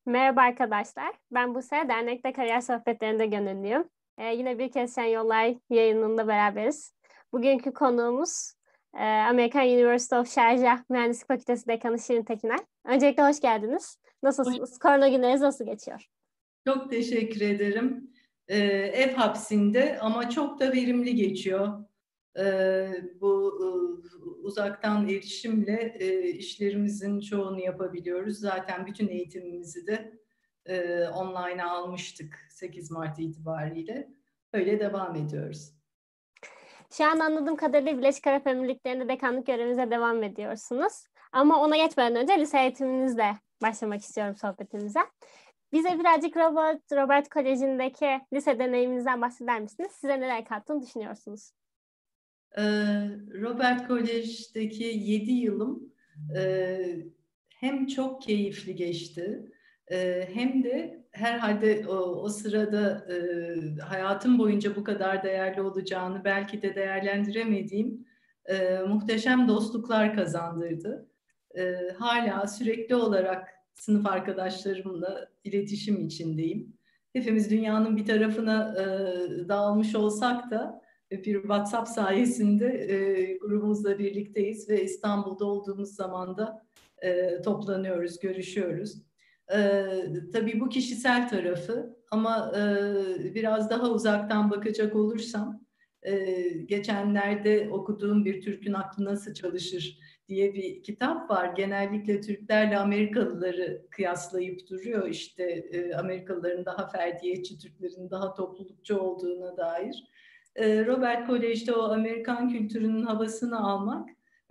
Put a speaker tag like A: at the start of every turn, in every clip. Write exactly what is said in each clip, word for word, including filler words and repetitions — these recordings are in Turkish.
A: Merhaba arkadaşlar. Ben Buse, dernekte kariyer sohbetlerinde gönüllüyüm. Ee, yine bir kez Şen Yollar yayınında beraberiz. Bugünkü konuğumuz e, American University of Sharjah Mühendislik Fakültesi Dekanı Şirin Tekiner. Öncelikle hoş geldiniz.
B: Hoş,
A: Nasılsınız? Korona günleriniz nasıl geçiyor?
B: çok teşekkür ederim. Ee, ev hapsinde ama çok da verimli geçiyor. Ee, bu e, uzaktan erişimle e, işlerimizin çoğunu yapabiliyoruz. Zaten bütün eğitimimizi de e, online'a almıştık sekiz Mart itibariyle. Öyle devam ediyoruz.
A: Şu an anladığım kadarıyla Birleşik Arap Emirlikleri'nde dekanlık görevinize devam ediyorsunuz. Ama ona geçmeden önce lise eğitiminizle başlamak istiyorum sohbetimize. Bize birazcık Robert, Robert Koleji'ndeki lise deneyiminizden bahseder misiniz? Size neler kattığını düşünüyorsunuz?
B: Ee, Robert Kolej'deki yedi yılım e, hem çok keyifli geçti, e, hem de herhalde o, o sırada e, hayatım boyunca bu kadar değerli olacağını belki de değerlendiremediğim e, muhteşem dostluklar kazandırdı. E, hala sürekli olarak sınıf arkadaşlarımla iletişim içindeyim. Hepimiz dünyanın bir tarafına e, dağılmış olsak da bir WhatsApp sayesinde e, grubumuzla birlikteyiz ve İstanbul'da olduğumuz zaman da e, toplanıyoruz, görüşüyoruz. E, tabii bu kişisel tarafı ama e, biraz daha uzaktan bakacak olursam, e, geçenlerde okuduğum bir Türk'ün aklı nasıl çalışır diye bir kitap var. Genellikle Türklerle Amerikalıları kıyaslayıp duruyor. İşte e, Amerikalıların daha ferdiyetçi, Türklerin daha toplulukçu olduğuna dair. Robert Kolej'de o Amerikan kültürünün havasını almak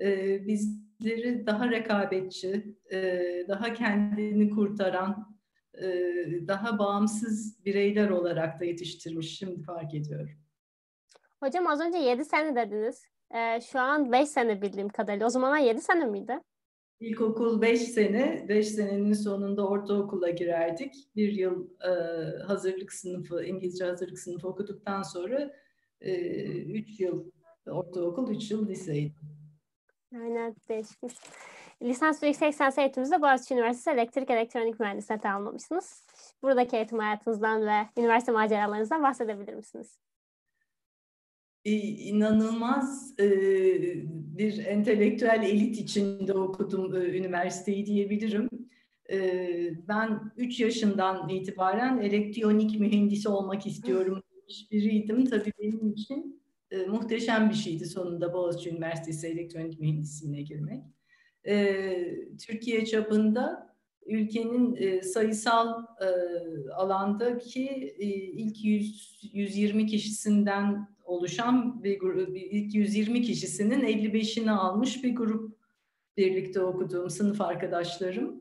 B: bizleri daha rekabetçi, daha kendini kurtaran, daha bağımsız bireyler olarak da yetiştirmiş. Şimdi fark ediyorum.
A: Hocam az önce yedi sene dediniz. Ee, şu an beş sene bildiğim kadarıyla. O zamanlar yedi sene miydi?
B: İlkokul beş sene, beş senenin sonunda ortaokula girerdik. Bir yıl e, hazırlık sınıfı, İngilizce hazırlık sınıfı okuduktan sonra e, üç yıl ortaokul, üç yıl liseydi.
A: Aynen değişmiş. Lisans ve yüksek lisans eğitiminizde Boğaziçi Üniversitesi Elektrik Elektronik Mühendisliği tamamlamışsınız. Buradaki eğitim hayatınızdan ve üniversite maceralarınızdan bahsedebilir misiniz?
B: İnanılmaz e, bir entelektüel elit içinde okudum e, üniversiteyi diyebilirim. E, ben üç yaşından itibaren elektronik mühendisi olmak istiyorum demiş biriydim. Tabii benim için e, muhteşem bir şeydi sonunda Boğaziçi Üniversitesi elektronik mühendisliğine girmek. E, Türkiye çapında ülkenin e, sayısal e, alandaki e, ilk yüz, yüz yirmi kişisinden oluşan bir grup, ilk yüz yirmi kişisinin elli beşini almış bir grup, birlikte okuduğum sınıf arkadaşlarım.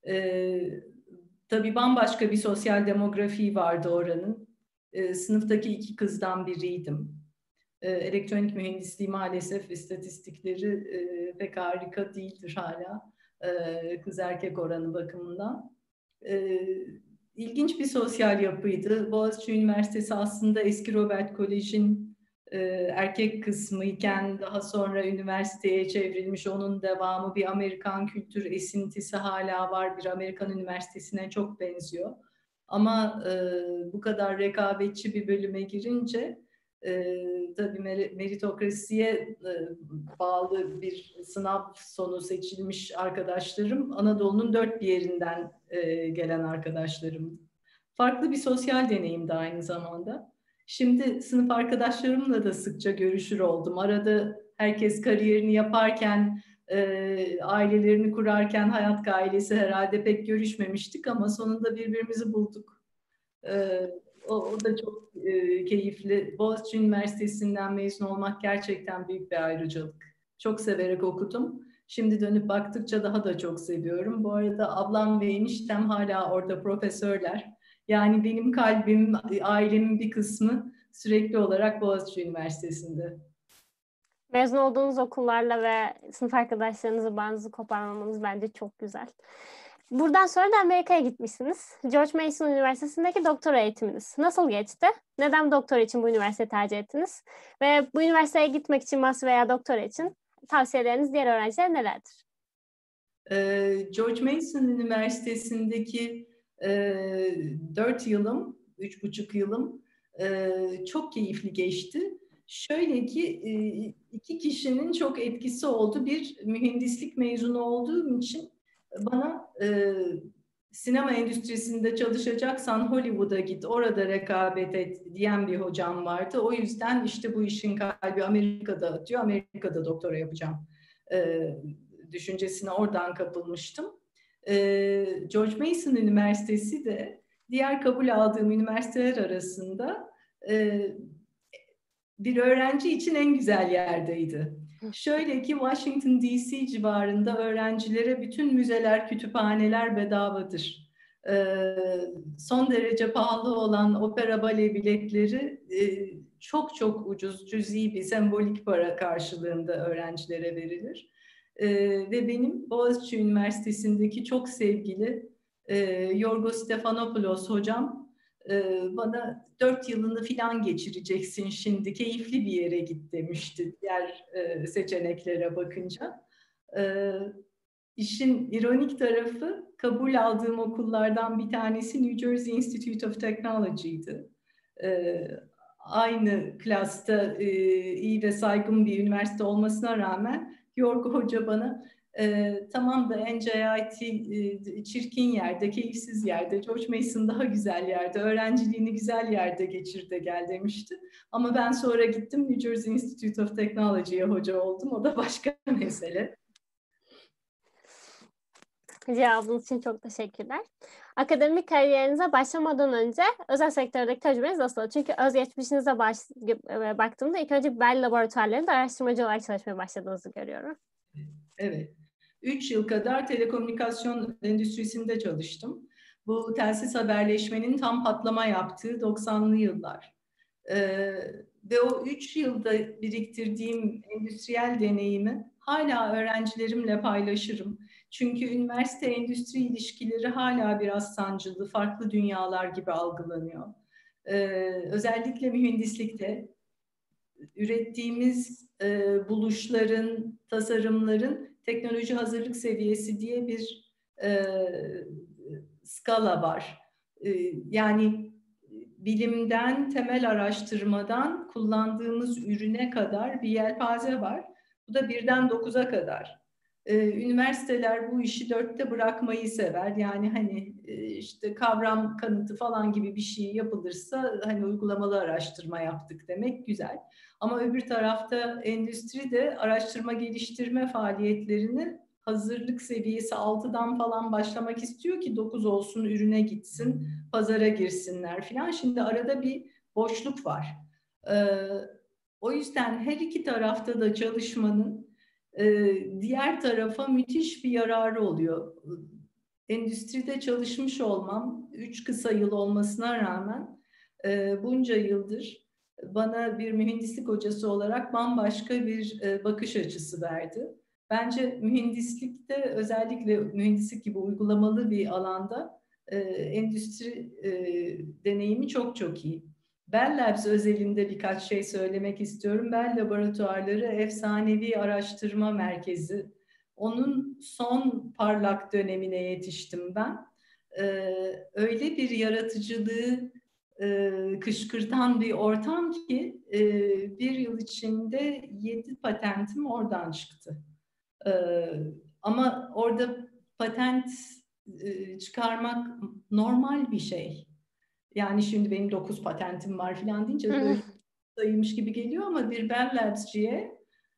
B: Ee, tabii bambaşka bir sosyal demografi vardı oranın. Ee, sınıftaki iki kızdan biriydim. Ee, elektronik mühendisliği maalesef istatistikleri e, pek harika değildir hala. Ee, kız erkek oranı bakımından. Ee, ilginç bir sosyal yapıydı. Boğaziçi Üniversitesi aslında eski Robert Kolej'in e, erkek kısmı iken daha sonra üniversiteye çevrilmiş, onun devamı, bir Amerikan kültür esintisi hala var. Bir Amerikan üniversitesine çok benziyor. Ama e, bu kadar rekabetçi bir bölüme girince e, tabii meritokrasiye e, bağlı bir sınav sonu seçilmiş arkadaşlarım Anadolu'nun dört bir yerinden e, gelen arkadaşlarım. Farklı bir sosyal deneyimdi aynı zamanda. Şimdi sınıf arkadaşlarımla da sıkça görüşür oldum. Arada herkes kariyerini yaparken, e, ailelerini kurarken, hayat ailesi herhalde pek görüşmemiştik ama sonunda birbirimizi bulduk. E, o, o da çok e, keyifli. Boğaziçi Üniversitesi'nden mezun olmak gerçekten büyük bir ayrıcalık. Çok severek okudum. Şimdi dönüp baktıkça daha da çok seviyorum. Bu arada ablam ve eniştem hala orada profesörler. Yani benim kalbim, ailemin bir kısmı sürekli olarak Boğaziçi Üniversitesi'nde.
A: Mezun olduğunuz okullarla ve sınıf arkadaşlarınızı bağınızı koparmamanız bence çok güzel. Buradan sonra da Amerika'ya gitmişsiniz. George Mason Üniversitesi'ndeki doktora eğitiminiz nasıl geçti? Neden doktora için bu üniversiteyi tercih ettiniz? Ve bu üniversiteye gitmek için master veya doktora için tavsiyeleriniz diğer öğrencilere nelerdir?
B: George Mason Üniversitesi'ndeki Dört yılım, üç buçuk yılım çok keyifli geçti. Şöyle ki iki kişinin çok etkisi oldu. Bir, mühendislik mezunu olduğum için bana sinema endüstrisinde çalışacaksan Hollywood'a git, orada rekabet et diyen bir hocam vardı. O yüzden işte bu işin kalbi Amerika'da atıyor, Amerika'da doktora yapacağım düşüncesine oradan kapılmıştım. George Mason Üniversitesi de diğer kabul aldığım üniversiteler arasında bir öğrenci için en güzel yerdeydi. Şöyle ki Washington D C civarında öğrencilere bütün müzeler, kütüphaneler bedavadır. Son derece pahalı olan opera bale biletleri çok çok ucuz, cüzi bir sembolik para karşılığında öğrencilere verilir. Ve benim Boğaziçi Üniversitesi'ndeki çok sevgili Yorgos Stephanopoulos hocam bana dört yılını falan geçireceksin şimdi, keyifli bir yere git demişti diğer e, seçeneklere bakınca. E, işin ironik tarafı, kabul aldığım okullardan bir tanesi New Jersey Institute of Technology'ydi. E, aynı klasta e, iyi ve saygın bir üniversite olmasına rağmen Yorgo Hoca bana Ee, tamam da N J I T e, çirkin yerde, keyifsiz yerde, George Mason daha güzel yerde, öğrenciliğini güzel yerde geçir de gel demişti. Ama ben sonra gittim New Jersey Institute of Technology'ye hoca oldum. O da başka mesele.
A: Cevabınız için çok teşekkürler. Akademik kariyerinize başlamadan önce özel sektördeki tecrübeniz nasıl? Çünkü özgeçmişinize baş, baktığımda ilk önce Bell laboratuvarlarında araştırmacı olarak çalışmaya başladığınızı görüyorum.
B: Evet. Üç yıl kadar telekomünikasyon endüstrisinde çalıştım. Bu telsiz haberleşmenin tam patlama yaptığı doksanlı yıllar. Ee, ve o üç yılda biriktirdiğim endüstriyel deneyimi hala öğrencilerimle paylaşırım. Çünkü üniversite endüstri ilişkileri hala biraz sancılı, farklı dünyalar gibi algılanıyor. Ee, özellikle mühendislikte ürettiğimiz e, buluşların, tasarımların teknoloji hazırlık seviyesi diye bir e, skala var. E, yani bilimden, temel araştırmadan kullandığımız ürüne kadar bir yelpaze var. Bu da birden dokuza kadar. Ee, üniversiteler bu işi dörtte bırakmayı sever. Yani hani işte kavram kanıtı falan gibi bir şey yapılırsa hani uygulamalı araştırma yaptık demek güzel. Ama öbür tarafta endüstri de araştırma geliştirme faaliyetlerini hazırlık seviyesi altıdan falan başlamak istiyor ki dokuz olsun, ürüne gitsin, pazara girsinler filan. Şimdi arada bir boşluk var. Ee, o yüzden her iki tarafta da çalışmanın e, diğer tarafa müthiş bir yararı oluyor. Endüstride çalışmış olmam, üç kısa yıl olmasına rağmen e, bunca yıldır bana bir mühendislik hocası olarak bambaşka bir e, bakış açısı verdi. Bence mühendislikte, özellikle mühendislik gibi uygulamalı bir alanda e, endüstri e, deneyimi çok çok iyi. Bell Labs özelinde birkaç şey söylemek istiyorum. Bell Laboratuvarları efsanevi araştırma merkezi. Onun son parlak dönemine yetiştim ben. E, öyle bir yaratıcılığı e, kışkırtan bir ortam ki e, bir yıl içinde yedi patentim oradan çıktı. E, ama orada patent e, çıkarmak normal bir şey. Yani şimdi benim dokuz patentim var falan deyince böyle sayılmış gibi geliyor ama bir Bell Labs'ciye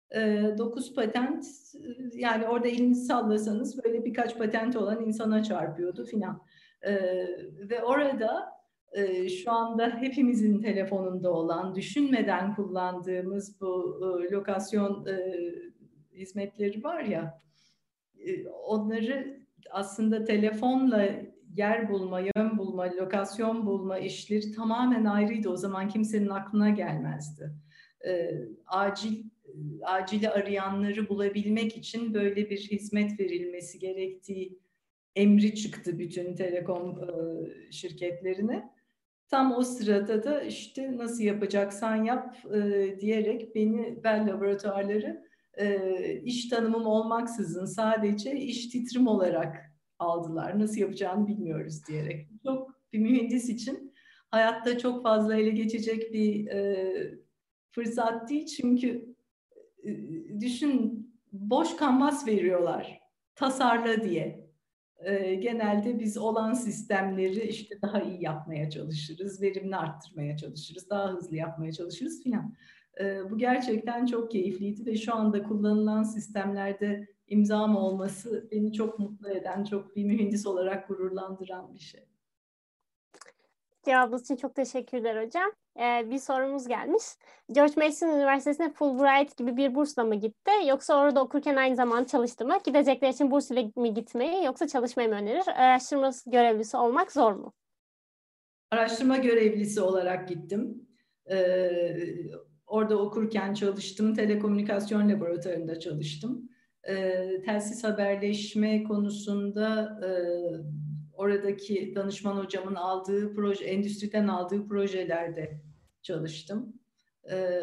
B: dokuz patent, yani orada elinizi sallasanız böyle birkaç patenti olan insana çarpıyordu filan. E, ve orada e, şu anda hepimizin telefonunda olan, düşünmeden kullandığımız bu e, lokasyon e, hizmetleri var ya, e, onları aslında telefonla yer bulma, yön bulma, lokasyon bulma işleri tamamen ayrıydı. O zaman kimsenin aklına gelmezdi. E, acil acili arayanları bulabilmek için böyle bir hizmet verilmesi gerektiği emri çıktı bütün telekom e, şirketlerine. Tam o sırada da işte nasıl yapacaksan yap e, diyerek beni Bell Laboratuvarları e, iş tanımım olmaksızın sadece iş titrim olarak aldılar. Nasıl yapacağını bilmiyoruz diyerek. Çok bir mühendis için hayatta çok fazla ele geçecek bir e, fırsat değil. Çünkü e, düşün, boş kanvas veriyorlar. Tasarla diye. E, genelde biz olan sistemleri işte daha iyi yapmaya çalışırız, verimini arttırmaya çalışırız, daha hızlı yapmaya çalışırız filan. E, bu gerçekten çok keyifliydi ve şu anda kullanılan sistemlerde imzam olması beni çok mutlu eden, çok bir mühendis olarak gururlandıran bir şey.
A: Cevabınız için çok teşekkürler hocam. Ee, bir sorumuz gelmiş. George Mason Üniversitesi'ne Fulbright gibi bir bursla mı gitti? Yoksa orada okurken aynı zamanda çalıştı mı? Gidecekler için burs ile mi gitmeyi yoksa çalışmayı mı önerir? Araştırma görevlisi olmak zor mu?
B: Araştırma görevlisi olarak gittim. Ee, orada okurken çalıştım. Telekomünikasyon laboratuvarında çalıştım. Ee, telsiz haberleşme konusunda e, oradaki danışman hocamın aldığı proje, endüstriden aldığı projelerde çalıştım. Ee,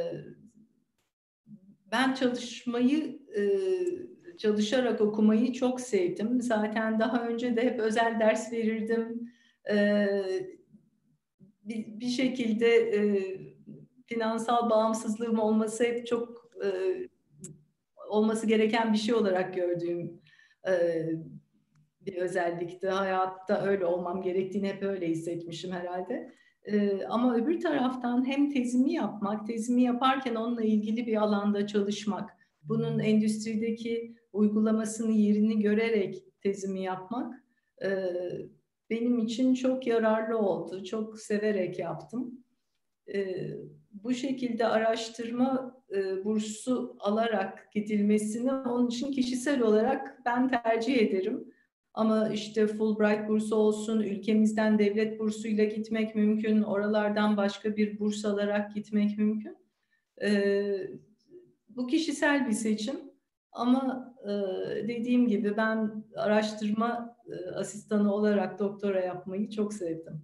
B: ben çalışmayı, e, çalışarak okumayı çok sevdim. Zaten daha önce de hep özel ders verirdim. Ee, bir, bir şekilde e, finansal bağımsızlığım olması hep çok e, olması gereken bir şey olarak gördüğüm e, bir özellikti. Hayatta öyle olmam gerektiğini hep öyle hissetmişim herhalde. E, ama öbür taraftan hem tezimi yapmak, tezimi yaparken onunla ilgili bir alanda çalışmak, bunun endüstrideki uygulamasını, yerini görerek tezimi yapmak e, benim için çok yararlı oldu. Çok severek yaptım. E, bu şekilde araştırma e, bursu alarak gidilmesini onun için kişisel olarak ben tercih ederim. Ama işte Fulbright bursu olsun, ülkemizden devlet bursuyla gitmek mümkün, oralardan başka bir burs alarak gitmek mümkün. E, bu kişisel bir seçim. Ama e, dediğim gibi ben araştırma e, asistanı olarak doktora yapmayı çok sevdim.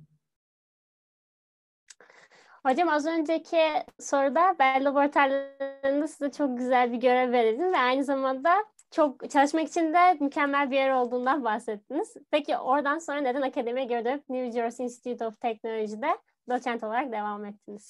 A: Hocam az önceki soruda Bell laboratuvarlarında size çok güzel bir görev verildi ve aynı zamanda çok çalışmak için de mükemmel bir yer olduğundan bahsettiniz. Peki oradan sonra neden akademiye geri dönüp New Jersey Institute of Technology'de doçent olarak devam ettiniz?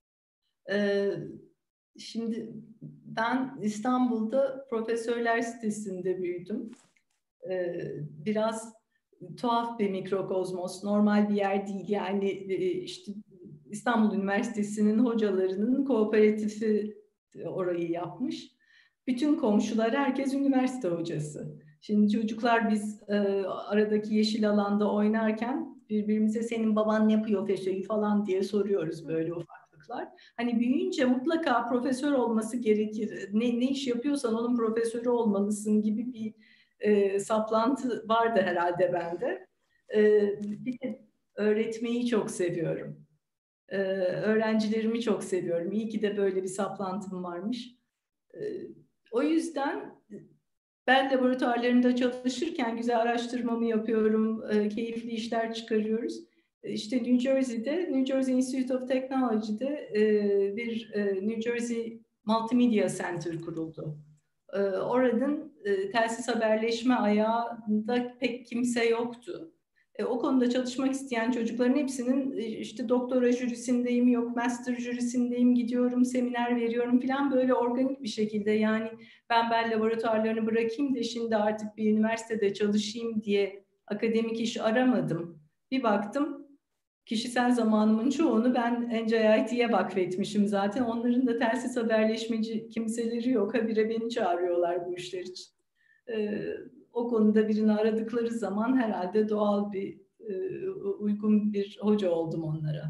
B: Ee, şimdi ben İstanbul'da profesörler sitesinde büyüdüm. Ee, biraz tuhaf bir mikrokozmos, normal bir yer değil. Yani işte İstanbul Üniversitesi'nin hocalarının kooperatifi orayı yapmış. Bütün komşular, herkes üniversite hocası. Şimdi çocuklar biz e, aradaki yeşil alanda oynarken birbirimize senin baban ne yapıyor Feşe'yi falan diye soruyoruz böyle ufaklıklar. Hani büyüyünce mutlaka profesör olması gerekir. Ne, ne iş yapıyorsan onun profesörü olmalısın gibi bir e, saplantı vardı herhalde bende. E, bir de öğretmeyi çok seviyorum. E, öğrencilerimi çok seviyorum. İyi ki de böyle bir saplantım varmış. E, o yüzden ben laboratuvarlarında çalışırken güzel araştırmamı yapıyorum, e, keyifli işler çıkarıyoruz. E, işte New Jersey'de, New Jersey Institute of Technology'de e, bir e, New Jersey Multimedia Center kuruldu. E, oranın e, telsiz haberleşme ayağında pek kimse yoktu. E, o konuda çalışmak isteyen çocukların hepsinin e, işte doktora jürisindeyim, yok master jürisindeyim, gidiyorum, seminer veriyorum falan, böyle organik bir şekilde. Yani ben ben laboratuvarlarını bırakayım da şimdi artık bir üniversitede çalışayım diye akademik iş aramadım. Bir baktım kişisel zamanımın çoğunu ben N J I T'ye vakfetmişim zaten. Onların da telsiz haberleşmeci kimseleri yok. Habire beni çağırıyorlar bu işler için. Ee, o konuda birini aradıkları zaman herhalde doğal bir, e, uygun bir hoca oldum onlara.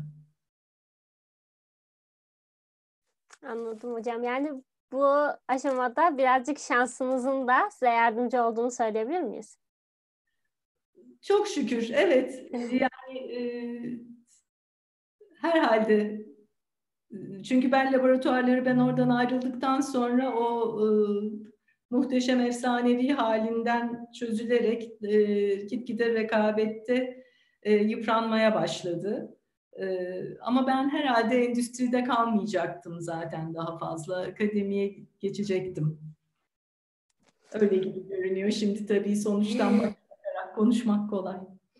A: Anladım hocam. Yani bu aşamada birazcık şansınızın da size yardımcı olduğunu söyleyebilir miyiz?
B: Çok şükür, evet. Yani e, herhalde. Çünkü ben laboratuvarları, ben oradan ayrıldıktan sonra o e, muhteşem efsanevi halinden çözülerek e, gitgide rekabette e, yıpranmaya başladı. E, ama ben herhalde endüstride kalmayacaktım zaten daha fazla. Akademiye geçecektim. Öyle gibi görünüyor. Şimdi tabii sonuçtan bakarak konuşmak kolay.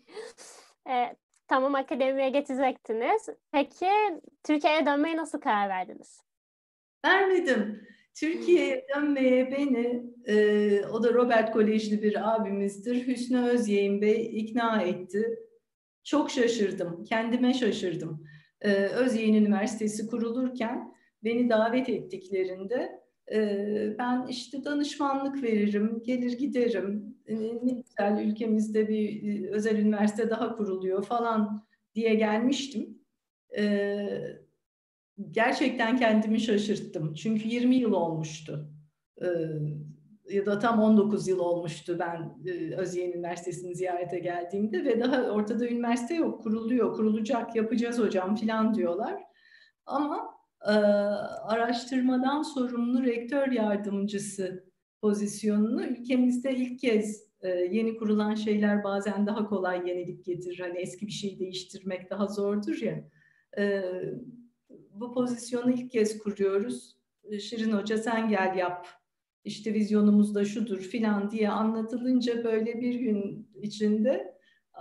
A: E, tamam, akademiye geçecektiniz. Peki Türkiye'ye dönmeye nasıl karar verdiniz?
B: Vermedim. Türkiye'ye dönmeye beni, e, o da Robert Kolejli bir abimizdir, Hüsnü Özyeğin Bey ikna etti. Çok şaşırdım, kendime şaşırdım. E, Özyeğin Üniversitesi kurulurken beni davet ettiklerinde e, ben işte danışmanlık veririm, gelir giderim. E, ne güzel ülkemizde bir e, özel üniversite daha kuruluyor falan diye gelmiştim. E, Gerçekten kendimi şaşırttım. Çünkü yirmi yıl olmuştu. Ee, ya da tam on dokuz yıl olmuştu ben e, Özyeğin Üniversitesi'ni ziyarete geldiğimde ve daha ortada üniversite yok, kuruluyor, kurulacak, yapacağız hocam falan diyorlar. Ama e, araştırmadan sorumlu rektör yardımcısı pozisyonunu ülkemizde ilk kez e, yeni kurulan şeyler bazen daha kolay yenilik getirir. Hani eski bir şeyi değiştirmek daha zordur ya. E, Bu pozisyonu ilk kez kuruyoruz. Şirin Hoca sen gel yap. İşte vizyonumuz da şudur filan diye anlatılınca böyle bir gün içinde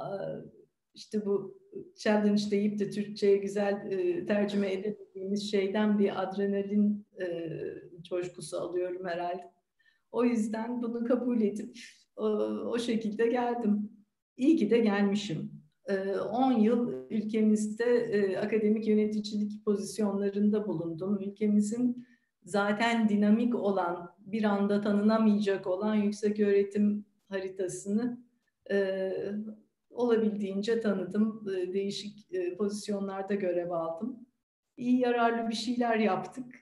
B: işte bu challenge deyip de Türkçe'ye güzel tercüme edemediğimiz şeyden bir adrenalin coşkusu alıyorum herhalde. O yüzden bunu kabul edip o, o şekilde geldim. İyi ki de gelmişim. on yıl ülkemizde akademik yöneticilik pozisyonlarında bulundum. Ülkemizin zaten dinamik olan, bir anda tanınamayacak olan yüksek öğretim haritasını olabildiğince tanıdım. Değişik pozisyonlarda görev aldım. İyi, yararlı bir şeyler yaptık.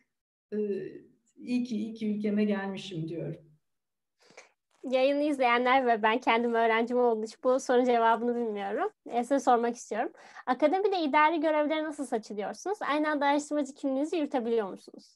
B: İyi ki, iyi ki ülkeme gelmişim diyorum.
A: Yayını izleyenler ve ben kendim öğrencim olduğu için bu sorunun cevabını bilmiyorum. E, size sormak istiyorum. Akademide idari görevlere nasıl seçiliyorsunuz? Aynı anda araştırmacı kimliğinizi yürütebiliyor musunuz?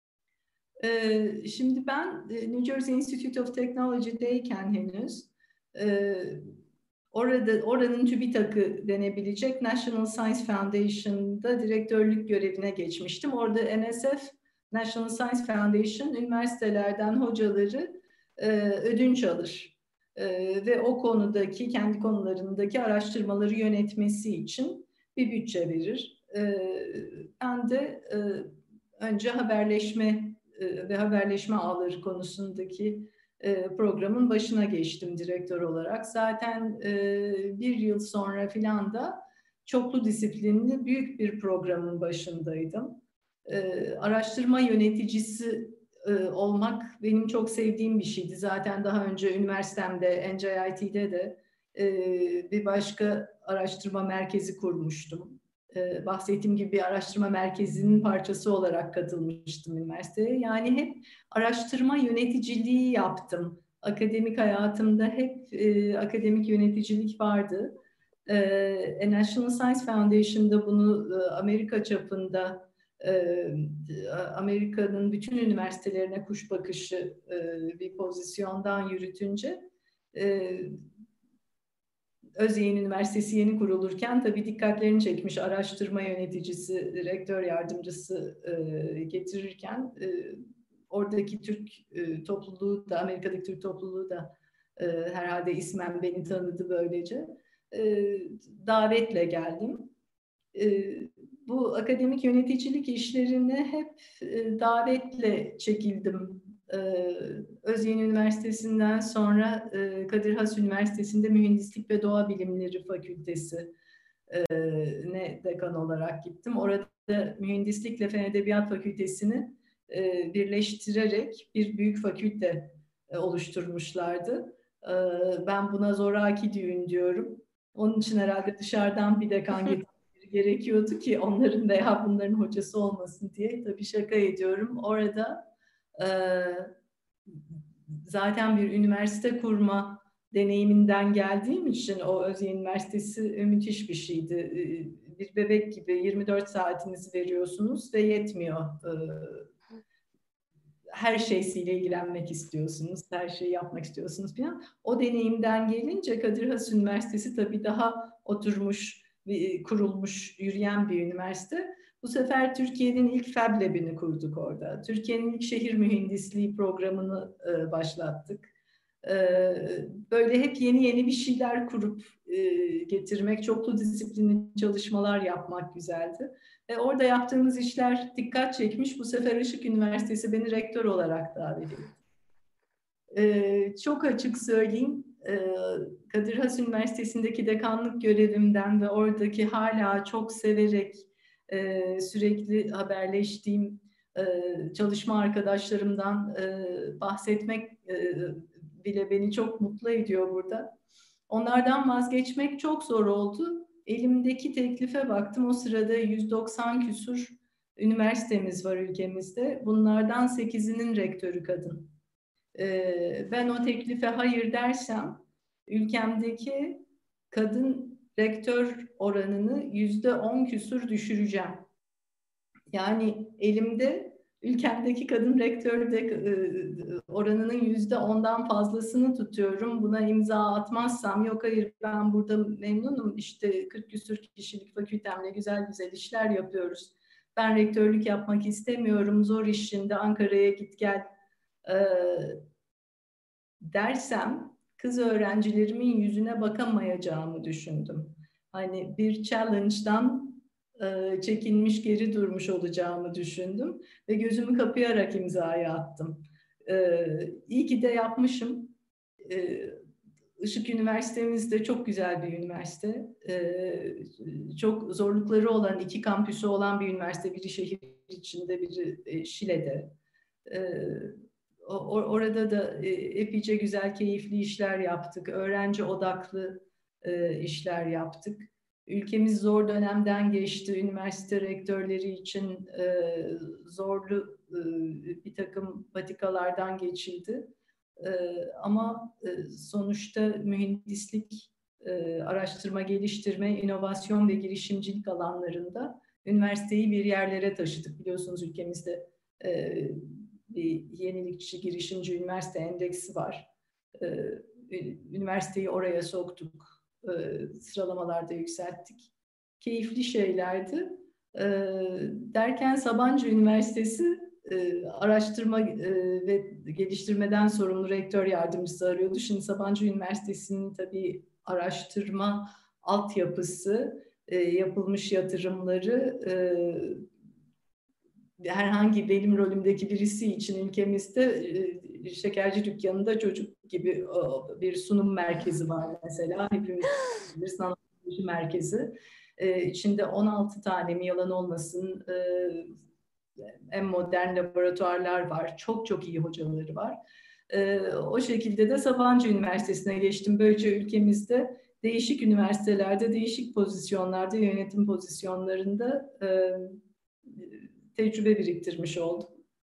B: Ee, şimdi ben New Jersey Institute of Technology'deyken henüz e, orada oranın TÜBİTAK'ı denebilecek National Science Foundation'da direktörlük görevine geçmiştim. Orada N S F, National Science Foundation, üniversitelerden hocaları e, ödünç alır. E, ve o konudaki, kendi konularındaki araştırmaları yönetmesi için bir bütçe verir. E, ben de e, önce haberleşme ve haberleşme ağları konusundaki programın başına geçtim direktör olarak. Zaten bir yıl sonra filan da çoklu disiplinli büyük bir programın başındaydım. Araştırma yöneticisi olmak benim çok sevdiğim bir şeydi. Zaten daha önce üniversitemde, N C I T'de de bir başka araştırma merkezi kurmuştum. Bahsettiğim gibi bir araştırma merkezinin parçası olarak katılmıştım üniversiteye. Yani hep araştırma yöneticiliği yaptım. Akademik hayatımda hep e, akademik yöneticilik vardı. E, National Science Foundation'da bunu e, Amerika çapında e, Amerika'nın bütün üniversitelerine kuş bakışı e, bir pozisyondan yürütünce e, Özyeğin Üniversitesi yeni kurulurken tabii dikkatlerini çekmiş araştırma yöneticisi, rektör yardımcısı e, getirirken e, oradaki Türk e, topluluğu da, Amerika'daki Türk topluluğu da e, herhalde ismen beni tanıdı böylece. E, davetle geldim. E, bu akademik yöneticilik işlerine hep e, davetle çekildim. Ee, Özyeğin Üniversitesi'nden sonra e, Kadir Has Üniversitesi'nde Mühendislik ve Doğa Bilimleri Fakültesi e, ne dekan olarak gittim. Orada Mühendislikle Fen Edebiyat Fakültesini e, birleştirerek bir büyük fakülte e, oluşturmuşlardı. E, ben buna zoraki düğün diyorum. Onun için herhalde dışarıdan bir dekan getirmeleri gerekiyordu ki onların veya bunların hocası olmasın diye. Tabii şaka ediyorum. Orada zaten bir üniversite kurma deneyiminden geldiğim için o Özyeğin Üniversitesi müthiş bir şeydi. Bir bebek gibi yirmi dört saatinizi veriyorsunuz ve yetmiyor. Her şeysiyle ilgilenmek istiyorsunuz, her şeyi yapmak istiyorsunuz falan. O deneyimden gelince Kadir Has Üniversitesi tabii daha oturmuş, kurulmuş, yürüyen bir üniversite. Bu sefer Türkiye'nin ilk Fab Lab'ini kurduk orada. Türkiye'nin ilk şehir mühendisliği programını e, başlattık. Böyle hep yeni yeni bir şeyler kurup getirmek, çoklu disiplinli çalışmalar yapmak güzeldi. Ve orada yaptığımız işler dikkat çekmiş. Bu sefer Işık Üniversitesi beni rektör olarak davet etti. Çok açık söyleyeyim, Kadir Has Üniversitesi'ndeki dekanlık görevimden ve oradaki hala çok severek sürekli haberleştiğim çalışma arkadaşlarımdan bahsetmek bile beni çok mutlu ediyor burada. Onlardan vazgeçmek çok zor oldu. Elimdeki teklife baktım. O sırada yüz doksan küsur üniversitemiz var ülkemizde. Bunlardan sekizinin rektörü kadın. Ben o teklife hayır dersem ülkemdeki kadın rektör oranını yüzde on küsur düşüreceğim. Yani elimde ülkemdeki kadın rektör de oranının yüzde ondan fazlasını tutuyorum. Buna imza atmazsam yok hayır ben burada memnunum işte kırk küsur kişilik fakültemle güzel güzel işler yapıyoruz. Ben rektörlük yapmak istemiyorum. Zor iş şimdi Ankara'ya git gel e, dersem kız öğrencilerimin yüzüne bakamayacağımı düşündüm. Hani bir challenge'dan e, çekinmiş geri durmuş olacağımı düşündüm ve gözümü kapayarak imzayı attım. E, iyi ki de yapmışım. E, Işık Üniversitemiz de çok güzel bir üniversite. E, çok zorlukları olan, iki kampüsü olan bir üniversite. Biri şehir içinde, biri e, Şile'de. E, Orada da epeyce güzel, keyifli işler yaptık. Öğrenci odaklı işler yaptık. Ülkemiz zor dönemden geçti. Üniversite rektörleri için zorlu bir takım patikalardan geçildi. Ama sonuçta mühendislik, araştırma, geliştirme, inovasyon ve girişimcilik alanlarında üniversiteyi bir yerlere taşıdık. Biliyorsunuz ülkemizde bir yenilikçi, girişimci üniversite endeksi var. Üniversiteyi oraya soktuk. Sıralamalarda yükselttik. Keyifli şeylerdi. Derken Sabancı Üniversitesi araştırma ve geliştirmeden sorumlu rektör yardımcısı arıyordu. Şimdi Sabancı Üniversitesi'nin tabii araştırma altyapısı, yapılmış yatırımları herhangi benim rolümdeki birisi için ülkemizde şekerci dükkanında çocuk gibi bir sunum merkezi var mesela. Hepimiz bir sanat merkezi. İçinde on altı tane mi yalan olmasın en modern laboratuvarlar var. Çok çok iyi hocaları var. O şekilde de Sabancı Üniversitesi'ne geçtim. Böylece ülkemizde değişik üniversitelerde, değişik pozisyonlarda, yönetim pozisyonlarında tecrübe biriktirmiş oldum.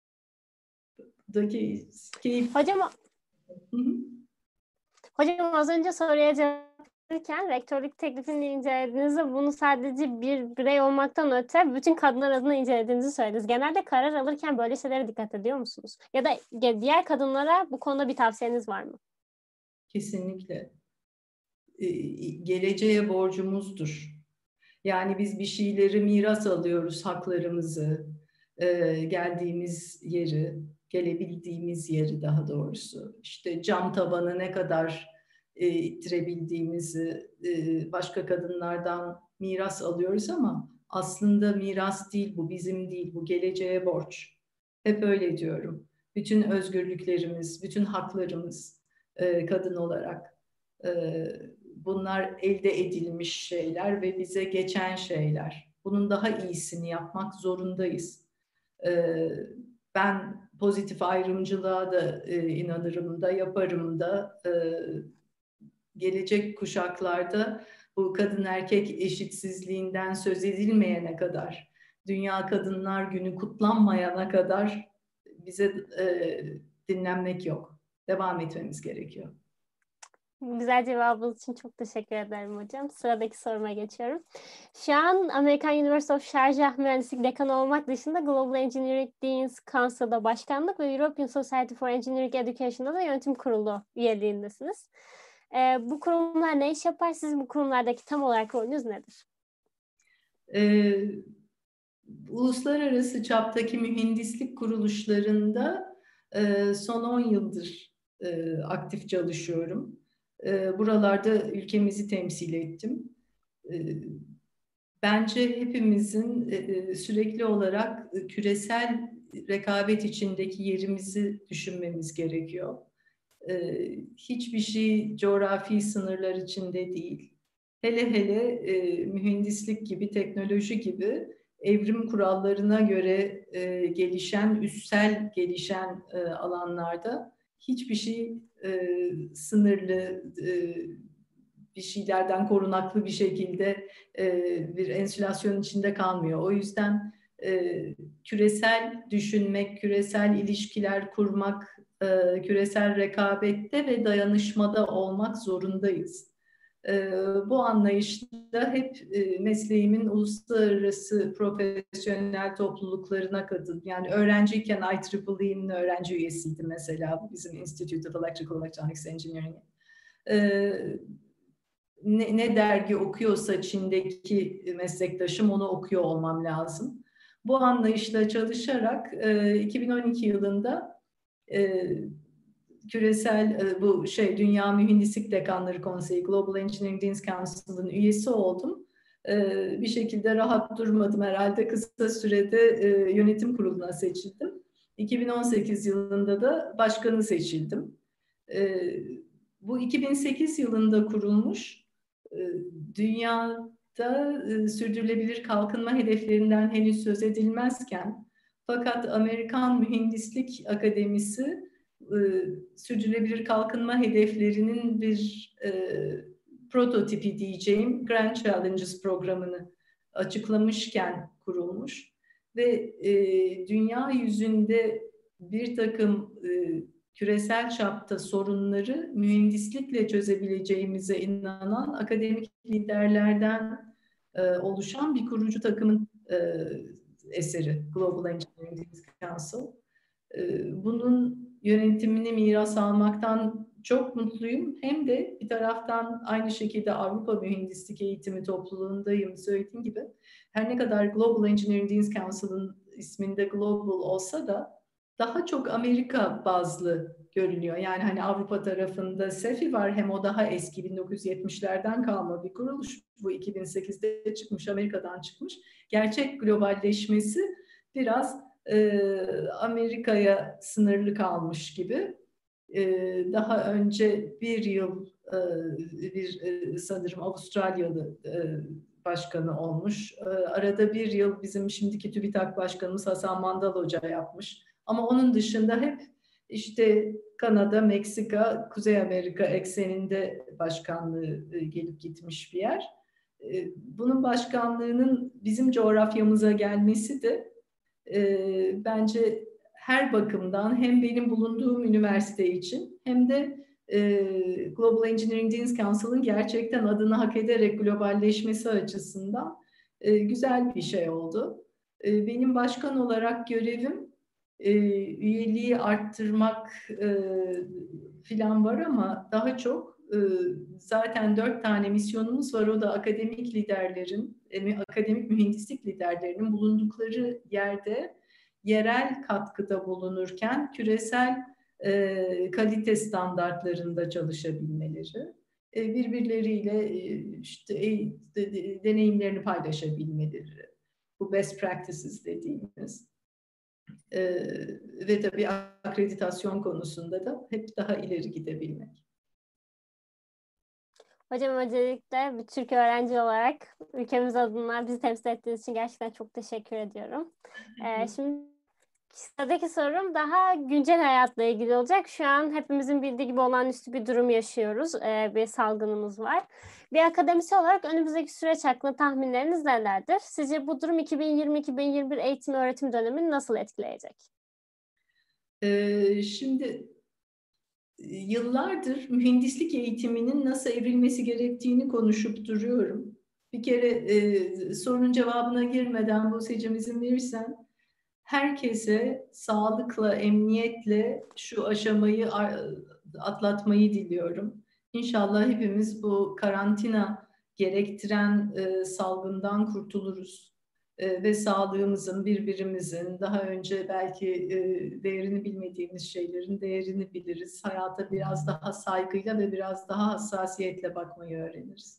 B: Daki keyif.
A: Hocam, hı hı. Hocam az önce soruya cevap verirken rektörlük teklifini incelediğinizde bunu sadece bir birey olmaktan öte bütün kadınlar adına incelediğinizi söylediniz. Genelde karar alırken böyle şeylere dikkat ediyor musunuz? Ya da diğer kadınlara bu konuda bir tavsiyeniz var mı?
B: Kesinlikle. Ee, geleceğe borcumuzdur. Yani biz bir şeyleri miras alıyoruz, haklarımızı, e, geldiğimiz yeri, gelebildiğimiz yeri daha doğrusu. İşte cam tabanı ne kadar e, ittirebildiğimizi e, başka kadınlardan miras alıyoruz ama aslında miras değil bu, bizim değil, bu geleceğe borç. Hep öyle diyorum. Bütün özgürlüklerimiz, bütün haklarımız e, kadın olarak e, bunlar elde edilmiş şeyler ve bize geçen şeyler. Bunun daha iyisini yapmak zorundayız. Ee, ben pozitif ayrımcılığa da e, inanırım da, yaparım da. E, gelecek kuşaklarda bu kadın erkek eşitsizliğinden söz edilmeyene kadar, Dünya Kadınlar Günü kutlanmayana kadar bize e, dinlenmek yok. Devam etmemiz gerekiyor.
A: Güzel cevabınız için çok teşekkür ederim hocam. Sıradaki soruma geçiyorum. Şu an American University of Sharjah Mühendislik Dekanı olmak dışında Global Engineering Deans Council'da başkanlık ve European Society for Engineering Education'da da yönetim kurulu üyeliğindesiniz. Ee, bu kurumlar ne iş yapar? Siz bu kurumlardaki tam olarak rolünüz nedir?
B: Ee, uluslararası çaptaki mühendislik kuruluşlarında e, son on yıldır e, aktif çalışıyorum. E, buralarda ülkemizi temsil ettim. E, bence hepimizin e, sürekli olarak küresel rekabet içindeki yerimizi düşünmemiz gerekiyor. E, hiçbir şey coğrafi sınırlar içinde değil. Hele hele e, mühendislik gibi, teknoloji gibi evrim kurallarına göre e, gelişen, üstsel gelişen e, alanlarda hiçbir şey e, sınırlı, e, bir şeylerden korunaklı bir şekilde e, bir enstitüsyon içinde kalmıyor. O yüzden e, küresel düşünmek, küresel ilişkiler kurmak, e, küresel rekabette ve dayanışmada olmak zorundayız. E, bu anlayışla hep e, mesleğimin uluslararası profesyonel topluluklarına katıldım. Yani öğrenciyken I triple E'nin öğrenci üyesiydim mesela, bizim Institute of Electrical Electronics Engineering. E, ne, ne dergi okuyorsa Çin'deki meslektaşım onu okuyor olmam lazım. Bu anlayışla çalışarak e, iki bin on iki yılında e, küresel e, bu şey Dünya Mühendislik Dekanları Konseyi Global Engineering Deans Council'ın üyesi oldum. E, bir şekilde rahat durmadım herhalde. Kısa sürede e, yönetim kuruluna seçildim. iki bin on sekiz yılında da başkanı seçildim. E, bu iki bin sekiz yılında kurulmuş, e, dünyada e, sürdürülebilir kalkınma hedeflerinden henüz söz edilmezken, fakat Amerikan Mühendislik Akademisi e, sürdürülebilir kalkınma hedeflerinin bir e, prototipi diyeceğim Grand Challenges programını açıklamışken kurulmuş ve e, dünya yüzünde bir takım e, küresel çapta sorunları mühendislikle çözebileceğimize inanan akademik liderlerden e, oluşan bir kurucu takımın e, eseri Global Engineering Council. E, bunun yönetimini miras almaktan çok mutluyum. Hem de bir taraftan aynı şekilde Avrupa Mühendislik Eğitimi Topluluğundayım. Söylediğim gibi her ne kadar Global Engineering Deans Council'ın isminde Global olsa da daha çok Amerika bazlı görünüyor. Yani hani Avrupa tarafında SEFI var, hem o daha eski bin dokuz yüz yetmişlerden kalma bir kuruluş. Bu iki bin sekizde çıkmış, Amerika'dan çıkmış. Gerçek globalleşmesi biraz e, Amerika'ya sınırlı kalmış gibi. E, daha önce bir yıl e, bir e, sanırım Avustralyalı e, başkanı olmuş. E, arada bir yıl bizim şimdiki TÜBİTAK Başkanımız Hasan Mandal Hoca yapmış. Ama onun dışında hep işte Kanada, Meksika, Kuzey Amerika ekseninde başkanlığı gelip gitmiş bir yer. Bunun başkanlığının bizim coğrafyamıza gelmesi de e, bence her bakımdan hem benim bulunduğum üniversite için hem de e, Global Engineering Deans Council'ın gerçekten adını hak ederek globalleşmesi açısından e, güzel bir şey oldu. E, benim başkan olarak görevim e, üyeliği arttırmak e, filan var ama daha çok e, zaten dört tane misyonumuz var. O da akademik liderlerin, e, akademik mühendislik liderlerinin bulundukları yerde yerel katkıda bulunurken küresel e, kalite standartlarında çalışabilmeleri, e, birbirleriyle e, işte e, de, de, deneyimlerini paylaşabilmeleri, bu best practices dediğimiz. Ee, ve tabii akreditasyon konusunda da hep daha ileri gidebilmek.
A: Hocam öncelikle bir Türk öğrenci olarak ülkemiz adına bizi temsil ettiğiniz için gerçekten çok teşekkür ediyorum. Ee, şimdi sıradaki sorum daha güncel hayatla ilgili olacak. Şu an hepimizin bildiği gibi olağanüstü bir durum yaşıyoruz. Ee, bir salgınımız var. Bir akademisyen olarak önümüzdeki süreç hakkında tahminleriniz nelerdir? Sizce bu durum iki bin yirmi iki bin yirmi bir eğitim öğretim dönemini nasıl etkileyecek?
B: Ee, şimdi yıllardır mühendislik eğitiminin nasıl evrilmesi gerektiğini konuşup duruyorum. Bir kere e, sorunun cevabına girmeden Buse'cim izin verirsen, herkese sağlıkla, emniyetle şu aşamayı atlatmayı diliyorum. İnşallah hepimiz bu karantina gerektiren e, salgından kurtuluruz. e, ve sağlığımızın, birbirimizin, daha önce belki e, değerini bilmediğimiz şeylerin değerini biliriz. Hayata biraz daha saygıyla ve biraz daha hassasiyetle bakmayı öğreniriz.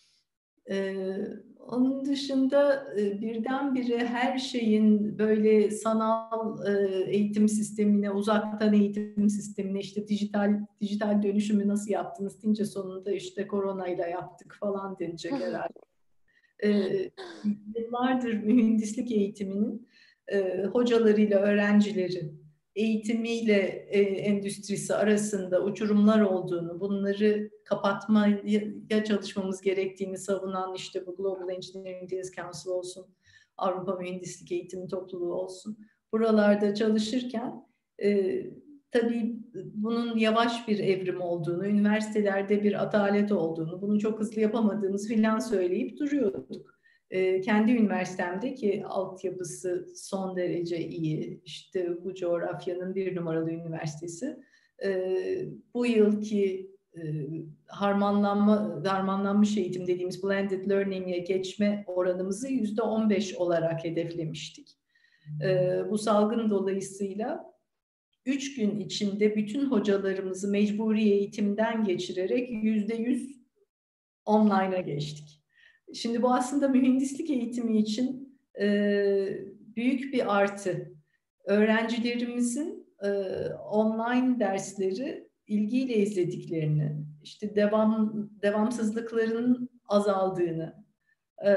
B: Ee, onun dışında e, birdenbire her şeyin böyle sanal e, eğitim sistemine, uzaktan eğitim sistemine, işte dijital dijital dönüşümü nasıl yaptınız deyince sonunda işte koronayla yaptık falan denecek herhalde. Ee, yıllardır mühendislik eğitiminin e, hocalarıyla öğrencileri, eğitimiyle e, endüstrisi arasında uçurumlar olduğunu, bunları kapatmaya çalışmamız gerektiğini savunan işte bu Global Engineering Deniz Council olsun, Avrupa Mühendislik Eğitimi Topluluğu olsun, buralarda çalışırken e, tabii bunun yavaş bir evrim olduğunu, üniversitelerde bir atalet olduğunu, bunu çok hızlı yapamadığımız filan söyleyip duruyorduk. E, kendi üniversitemde ki altyapısı son derece iyi, işte bu coğrafyanın bir numaralı üniversitesi. E, bu yılki e, harmanlanma, harmanlanmış eğitim dediğimiz blended learning'e geçme oranımızı yüzde on beş olarak hedeflemiştik. E, bu salgın dolayısıyla üç gün içinde bütün hocalarımızı mecburi eğitimden geçirerek yüzde yüz online'a geçtik. Şimdi bu aslında mühendislik eğitimi için e, büyük bir artı. Öğrencilerimizin e, online dersleri ilgiyle izlediklerini, işte devam devamsızlıklarının azaldığını e,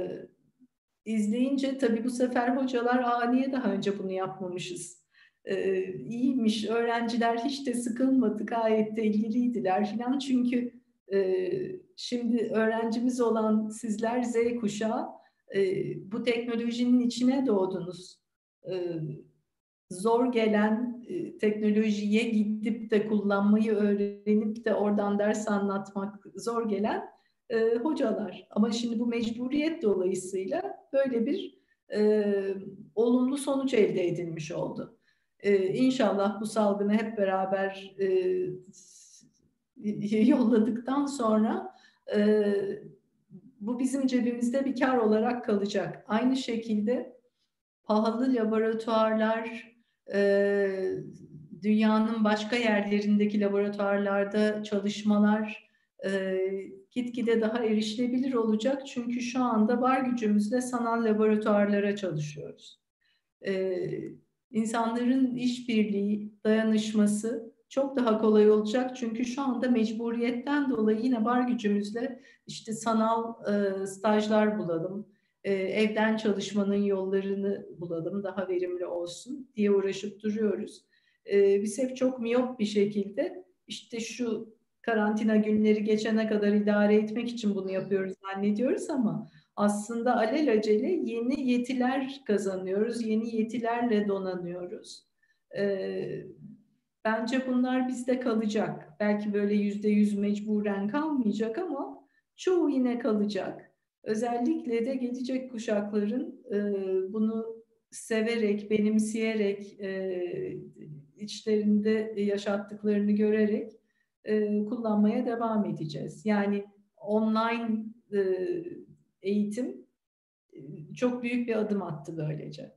B: izleyince tabii bu sefer hocalar, aa niye daha önce bunu yapmamışız? Ee, iyiymiş, öğrenciler hiç de sıkılmadı, gayet de ilgiliydiler falan. Çünkü e, şimdi öğrencimiz olan sizler Z kuşağı, e, bu teknolojinin içine doğdunuz. E, zor gelen e, teknolojiye gidip de kullanmayı öğrenip de oradan ders anlatmak zor gelen e, hocalar. Ama şimdi bu mecburiyet dolayısıyla böyle bir e, olumlu sonuç elde edilmiş oldu. E, İnşallah bu salgını hep beraber e, yolladıktan sonra e, bu bizim cebimizde bir kar olarak kalacak. Aynı şekilde pahalı laboratuvarlar, e, dünyanın başka yerlerindeki laboratuvarlarda çalışmalar e, gitgide daha erişilebilir olacak. Çünkü şu anda var gücümüzle sanal laboratuvarlara çalışıyoruz. E, insanların işbirliği, dayanışması çok daha kolay olacak. Çünkü şu anda mecburiyetten dolayı yine var gücümüzle işte sanal e, stajlar bulalım, e, evden çalışmanın yollarını bulalım, daha verimli olsun diye uğraşıp duruyoruz. E, biz hep çok miyop bir şekilde işte şu karantina günleri geçene kadar idare etmek için bunu yapıyoruz zannediyoruz ama aslında alelacele yeni yetiler kazanıyoruz, yeni yetilerle donanıyoruz. Ee, bence bunlar bizde kalacak. Belki böyle yüzde yüz mecburen kalmayacak ama çoğu yine kalacak. Özellikle de gelecek kuşakların e, bunu severek, benimseyerek, e, içlerinde yaşattıklarını görerek e, kullanmaya devam edeceğiz. Yani online e, eğitim çok büyük bir adım attı böylece.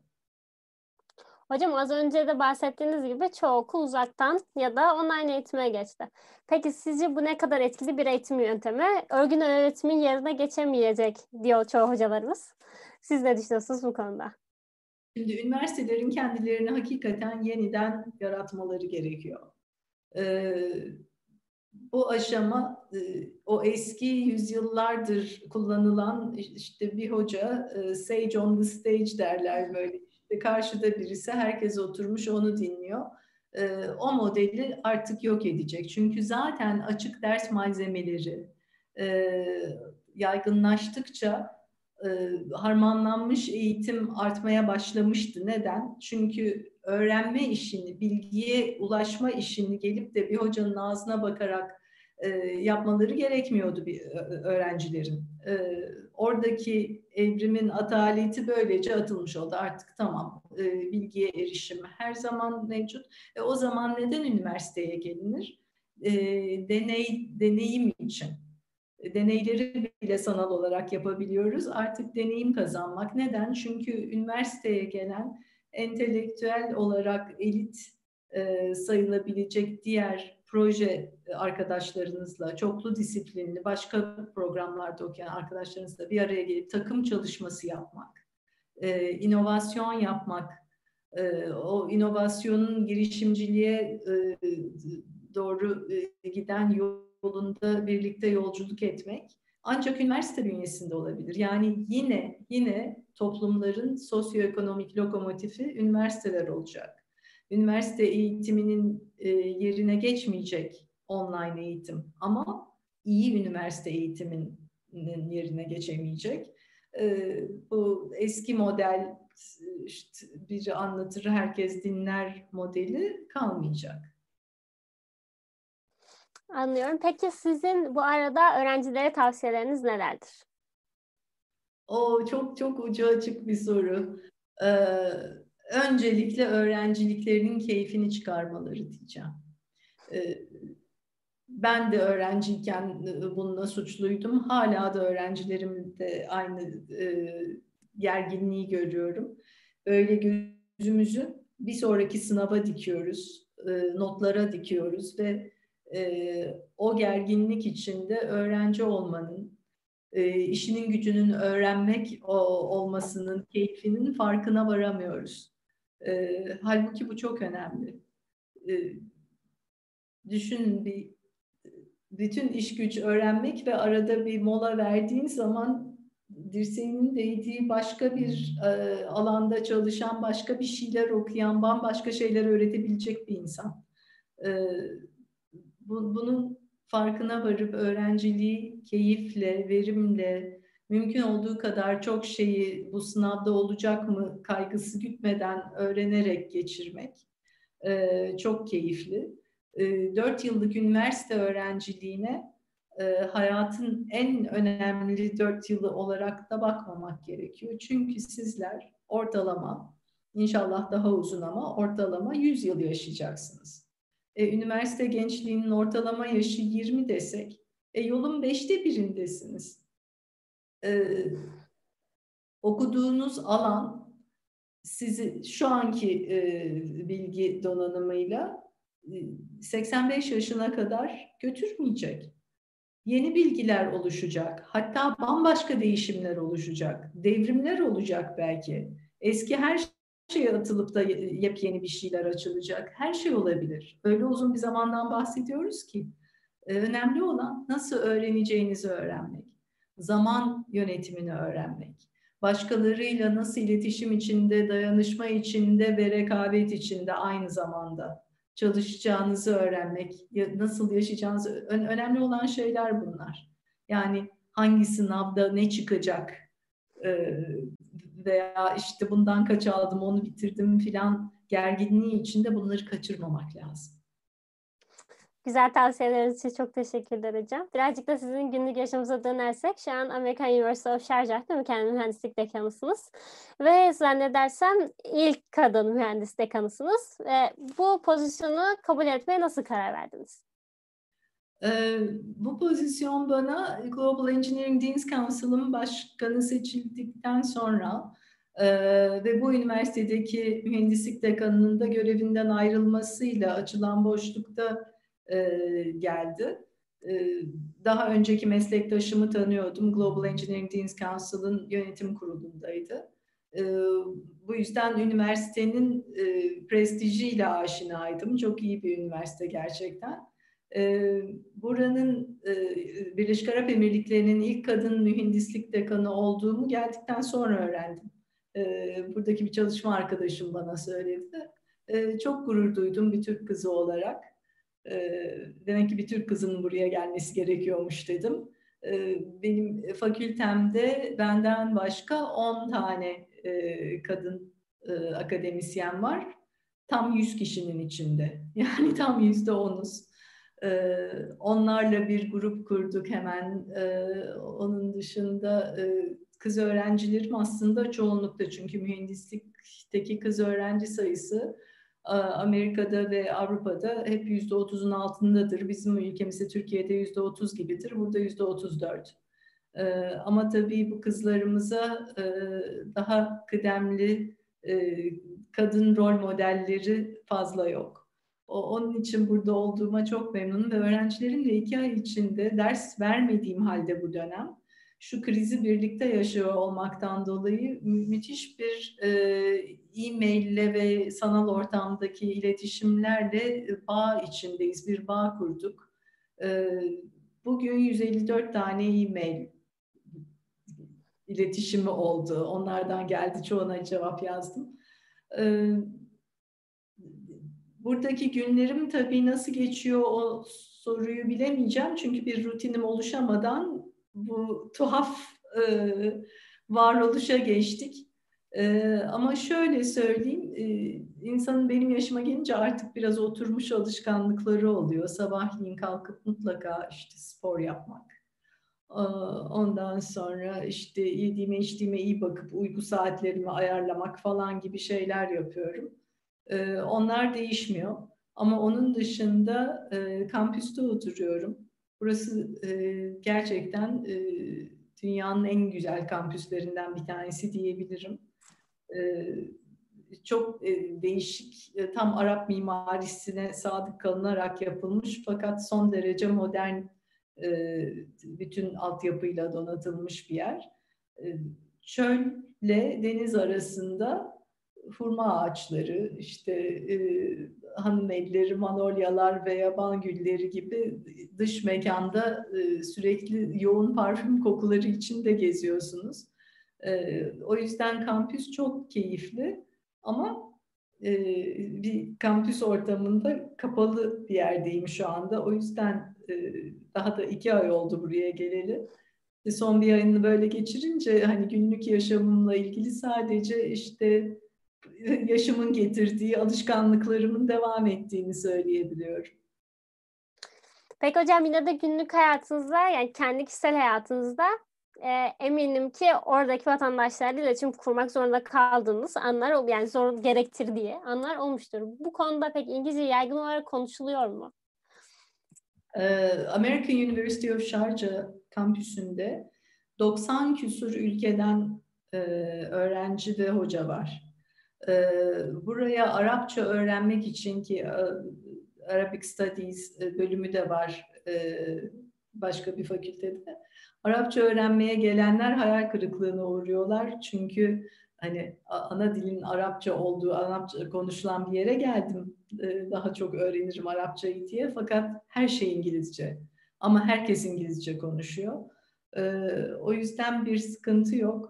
A: Hocam az önce de bahsettiğiniz gibi çoğu okul uzaktan ya da online eğitime geçti. Peki sizce bu ne kadar etkili bir eğitim yöntemi? Örgün öğretimin yerine geçemeyecek diyor çoğu hocalarımız. Siz ne düşünüyorsunuz bu konuda?
B: Şimdi üniversitelerin kendilerini hakikaten yeniden yaratmaları gerekiyor. Ee, bu aşama e, o eski yüzyıllardır kullanılan işte bir hoca e, sage on the stage derler böyle. İşte karşıda birisi herkes oturmuş onu dinliyor. E, o modeli artık yok edecek. Çünkü zaten açık ders malzemeleri e, yaygınlaştıkça e, harmanlanmış eğitim artmaya başlamıştı. Neden? Çünkü öğrenme işini, bilgiye ulaşma işini gelip de bir hocanın ağzına bakarak e, yapmaları gerekmiyordu bir öğrencilerin. E, oradaki evrimin ataleti böylece atılmış oldu. Artık tamam, e, bilgiye erişim her zaman mevcut. E, o zaman neden üniversiteye gelinir? E, deney, deneyim için. deneyleri bile sanal olarak yapabiliyoruz. Artık deneyim kazanmak. Neden? Çünkü üniversiteye gelen entelektüel olarak elit e, sayılabilecek diğer proje arkadaşlarınızla, çoklu disiplinli başka programlarda okuyan arkadaşlarınızla bir araya gelip takım çalışması yapmak, e, inovasyon yapmak, e, o inovasyonun girişimciliğe e, doğru e, giden yolunda birlikte yolculuk etmek ancak üniversite bünyesinde olabilir. Yani yine yine toplumların sosyoekonomik lokomotifi üniversiteler olacak. Üniversite eğitiminin e, yerine geçmeyecek online eğitim ama iyi üniversite eğitiminin yerine geçemeyecek. E, bu eski model işte biri anlatır herkes dinler modeli kalmayacak.
A: Anlıyorum. Peki sizin bu arada öğrencilere tavsiyeleriniz nelerdir?
B: O çok çok ucu açık bir soru. Ee, öncelikle öğrenciliklerinin keyfini çıkarmaları diyeceğim. Ee, ben de öğrenciyken bununla suçluydum. Hala da öğrencilerimde aynı e, gerginliği görüyorum. Öyle gözümüzü bir sonraki sınava dikiyoruz, e, notlara dikiyoruz ve e, o gerginlik içinde öğrenci olmanın, e, işinin gücünün öğrenmek o, olmasının keyfinin farkına varamıyoruz. E, halbuki bu çok önemli. E, düşünün bir bütün iş güç öğrenmek ve arada bir mola verdiğin zaman dirseğinin değdiği başka bir e, alanda çalışan, başka bir şeyler okuyan, bambaşka şeyler öğretebilecek bir insan. E, bu, bunun farkına varıp öğrenciliği keyifle, verimle, mümkün olduğu kadar çok şeyi bu sınavda olacak mı kaygısı gütmeden öğrenerek geçirmek e, çok keyifli. E, dört yıllık üniversite öğrenciliğine e, hayatın en önemli dört yılı olarak da bakmamak gerekiyor. Çünkü sizler ortalama, inşallah daha uzun ama ortalama yüz yıl yaşayacaksınız. E, üniversite gençliğinin ortalama yaşı yirmi desek, e, yolun beşte birindesiniz. E, okuduğunuz alan sizi şu anki e, bilgi donanımıyla e, seksen beş yaşına kadar götürmeyecek. Yeni bilgiler oluşacak. Hatta bambaşka değişimler oluşacak. Devrimler olacak belki. Eski her şeye atılıp da yepyeni bir şeyler açılacak. Her şey olabilir. Öyle uzun bir zamandan bahsediyoruz ki. Ee, önemli olan nasıl öğreneceğinizi öğrenmek. Zaman yönetimini öğrenmek. Başkalarıyla nasıl iletişim içinde, dayanışma içinde ve rekabet içinde aynı zamanda çalışacağınızı öğrenmek, nasıl yaşayacağınızı, önemli olan şeyler bunlar. Yani hangi sınavda ne çıkacak veya işte bundan kaç aldım, onu bitirdim filan gerginliği içinde bunları kaçırmamak lazım.
A: Güzel tavsiyeleriniz için çok teşekkürler hocam. Birazcık da sizin günlük yaşamınıza dönersek, şu an American University of Sharjah'ta mükemmel mühendislik dekanısınız. Ve zannedersem ilk kadın mühendis dekanısınız. Ve bu pozisyonu kabul etmeye nasıl karar verdiniz?
B: Ee, bu pozisyon bana Global Engineering Deans Council'ın başkanı seçildikten sonra e, ve bu üniversitedeki mühendislik dekanının da görevinden ayrılmasıyla açılan boşlukta e, geldi. E, daha önceki meslektaşımı tanıyordum. Global Engineering Deans Council'ın yönetim kurulundaydı. E, bu yüzden üniversitenin e, prestijiyle aşinaydım. Çok iyi bir üniversite gerçekten. Buranın Birleşik Arap Emirlikleri'nin ilk kadın mühendislik dekanı olduğumu geldikten sonra öğrendim. Buradaki bir çalışma arkadaşım bana söyledi. Çok gurur duydum bir Türk kızı olarak. Demek ki bir Türk kızının buraya gelmesi gerekiyormuş dedim. Benim fakültemde benden başka on tane kadın akademisyen var. Tam yüz kişinin içinde. Yani tam yüzde onuz. Ee, onlarla bir grup kurduk hemen. Ee, onun dışında e, kız öğrencilerim aslında çoğunlukta, çünkü mühendislikteki kız öğrenci sayısı Amerika'da ve Avrupa'da hep yüzde otuzun altındadır. Bizim ülkemizde Türkiye'de yüzde otuz gibidir. Burada yüzde otuz dört. Ama tabii bu kızlarımıza daha kıdemli kadın rol modelleri fazla yok. Onun için burada olduğuma çok memnunum ve öğrencilerimle iki ay içinde ders vermediğim halde bu dönem şu krizi birlikte yaşıyor olmaktan dolayı müthiş bir e, e-maille ve sanal ortamdaki iletişimlerle bağ içindeyiz. Bir bağ kurduk. E, bugün yüz elli dört tane e-mail iletişimi oldu. Onlardan geldi. Çoğuna cevap yazdım. E, buradaki günlerim tabii nasıl geçiyor o soruyu bilemeyeceğim. Çünkü bir rutinim oluşamadan bu tuhaf e, varoluşa geçtik. E, ama şöyle söyleyeyim, e, insanın benim yaşıma gelince artık biraz oturmuş alışkanlıkları oluyor. Sabahleyin kalkıp mutlaka işte spor yapmak. E, ondan sonra işte yediğime içtiğime iyi bakıp uyku saatlerimi ayarlamak falan gibi şeyler yapıyorum. E, onlar değişmiyor. Ama onun dışında e, kampüste oturuyorum. Burası e, gerçekten e, dünyanın en güzel kampüslerinden bir tanesi diyebilirim. E, çok e, değişik, e, tam Arap mimarisine sadık kalınarak yapılmış fakat son derece modern e, bütün altyapıyla donatılmış bir yer. E, çölle deniz arasında hurma ağaçları, işte e, hanım elleri, manolyalar ve yaban gülleri gibi dış mekanda e, sürekli yoğun parfüm kokuları içinde geziyorsunuz. E, o yüzden kampüs çok keyifli ama e, bir kampüs ortamında kapalı bir yerdeyim şu anda. O yüzden e, daha da iki ay oldu buraya geleli. Son bir ayını böyle geçirince hani günlük yaşamımla ilgili sadece işte yaşımın getirdiği alışkanlıklarımın devam ettiğini söyleyebiliyorum.
A: Peki hocam, yine de günlük hayatınızda, yani kendi kişisel hayatınızda e, eminim ki oradaki vatandaşlarla iletişim kurmak zorunda kaldığınız anlar, yani zor gerektirdiği anlar olmuştur. Bu konuda pek İngilizce yaygın olarak konuşuluyor mu?
B: American University of Sharjah kampüsünde doksan küsur ülkeden öğrenci ve hoca var. Buraya Arapça öğrenmek için, ki Arabic Studies bölümü de var başka bir fakültede, Arapça öğrenmeye gelenler hayal kırıklığına uğruyorlar. Çünkü hani ana dilin Arapça olduğu, Arapça konuşulan bir yere geldim. Daha çok öğrenirim Arapçayı diye. Fakat her şey İngilizce. Ama herkes İngilizce konuşuyor. O yüzden bir sıkıntı yok.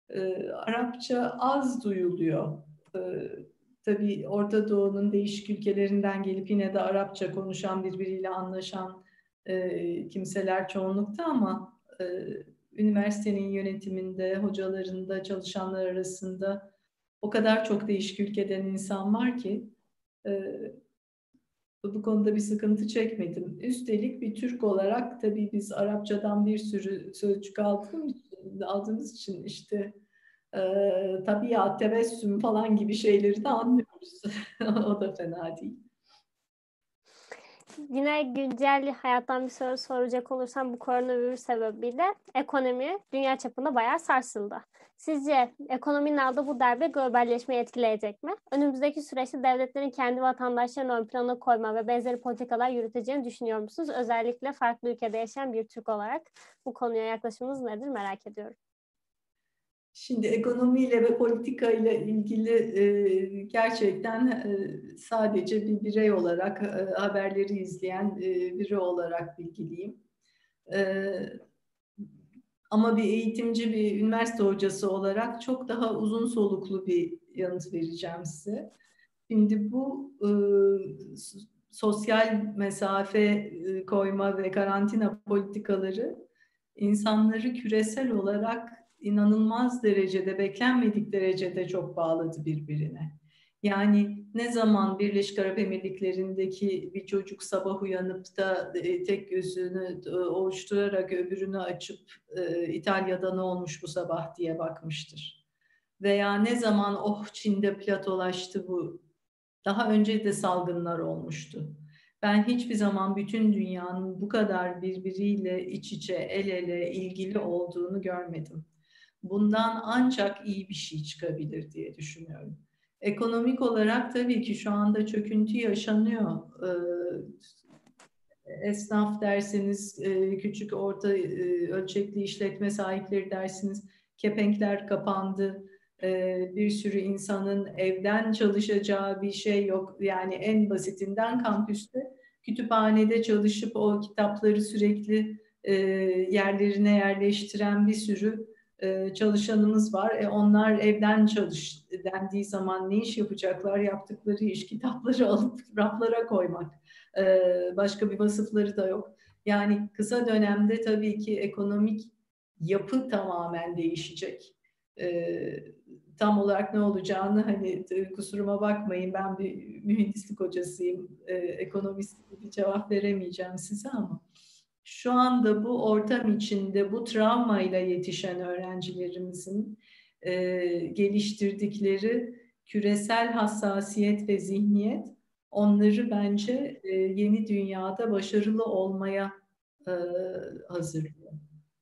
B: Arapça az duyuluyor. Tabii Orta Doğu'nun değişik ülkelerinden gelip yine de Arapça konuşan, birbiriyle anlaşan kimseler çoğunlukta ama üniversitenin yönetiminde, hocalarında, çalışanlar arasında o kadar çok değişik ülkeden insan var ki bu konuda bir sıkıntı çekmedim. Üstelik bir Türk olarak tabii biz Arapçadan bir sürü sözcük aldığımız için, aldığımız için işte e, tabiat, tebessüm falan gibi şeyleri de anlıyoruz. O da fena değil.
A: Yine güncel hayattan bir soru soracak olursam, bu koronavirüs sebebiyle ekonomi dünya çapında bayağı sarsıldı. Sizce ekonominin aldığı bu darbe globalleşmeyi etkileyecek mi? Önümüzdeki süreçte devletlerin kendi vatandaşlarını ön plana koyma ve benzeri politikalar yürüteceğini düşünüyor musunuz? Özellikle farklı ülkede yaşayan bir Türk olarak bu konuya yaklaşımınız nedir merak ediyorum.
B: Şimdi ekonomiyle ve politikayla ilgili e, gerçekten e, sadece bir birey olarak e, haberleri izleyen e, biri olarak bilgiliyim. E, ama bir eğitimci, bir üniversite hocası olarak çok daha uzun soluklu bir yanıt vereceğim size. Şimdi bu e, sosyal mesafe e, koyma ve karantina politikaları insanları küresel olarak inanılmaz derecede, beklenmedik derecede çok bağladı birbirine. Yani ne zaman Birleşik Arap Emirlikleri'ndeki bir çocuk sabah uyanıp da e, tek gözünü e, ovuşturarak öbürünü açıp e, İtalya'da ne olmuş bu sabah diye bakmıştır. Veya ne zaman oh Çin'de platolaştı bu Daha önce de salgınlar olmuştu. Ben hiçbir zaman bütün dünyanın bu kadar birbiriyle iç içe, el ele ilgili olduğunu görmedim. Bundan ancak iyi bir şey çıkabilir diye düşünüyorum. Ekonomik olarak tabii ki şu anda çöküntü yaşanıyor. Ee, esnaf dersiniz, e, küçük orta e, ölçekli işletme sahipleri dersiniz, kepenkler kapandı. Ee, bir sürü insanın evden çalışacağı bir şey yok. Yani en basitinden kampüste, kütüphanede çalışıp o kitapları sürekli e, yerlerine yerleştiren bir sürü e, çalışanımız var. E, onlar evden çalış dendiği zaman ne iş yapacaklar? Yaptıkları iş kitapları alıp raflara koymak. E, başka bir vasıfları da yok. Yani kısa dönemde tabii ki ekonomik yapı tamamen değişecek. E, tam olarak ne olacağını, hani kusuruma bakmayın, ben bir mühendislik hocasıyım, e, ekonomist bir cevap veremeyeceğim size, ama şu anda bu ortam içinde bu travmayla yetişen öğrencilerimizin e, geliştirdikleri küresel hassasiyet ve zihniyet onları bence e, yeni dünyada başarılı olmaya e, hazırlıyor.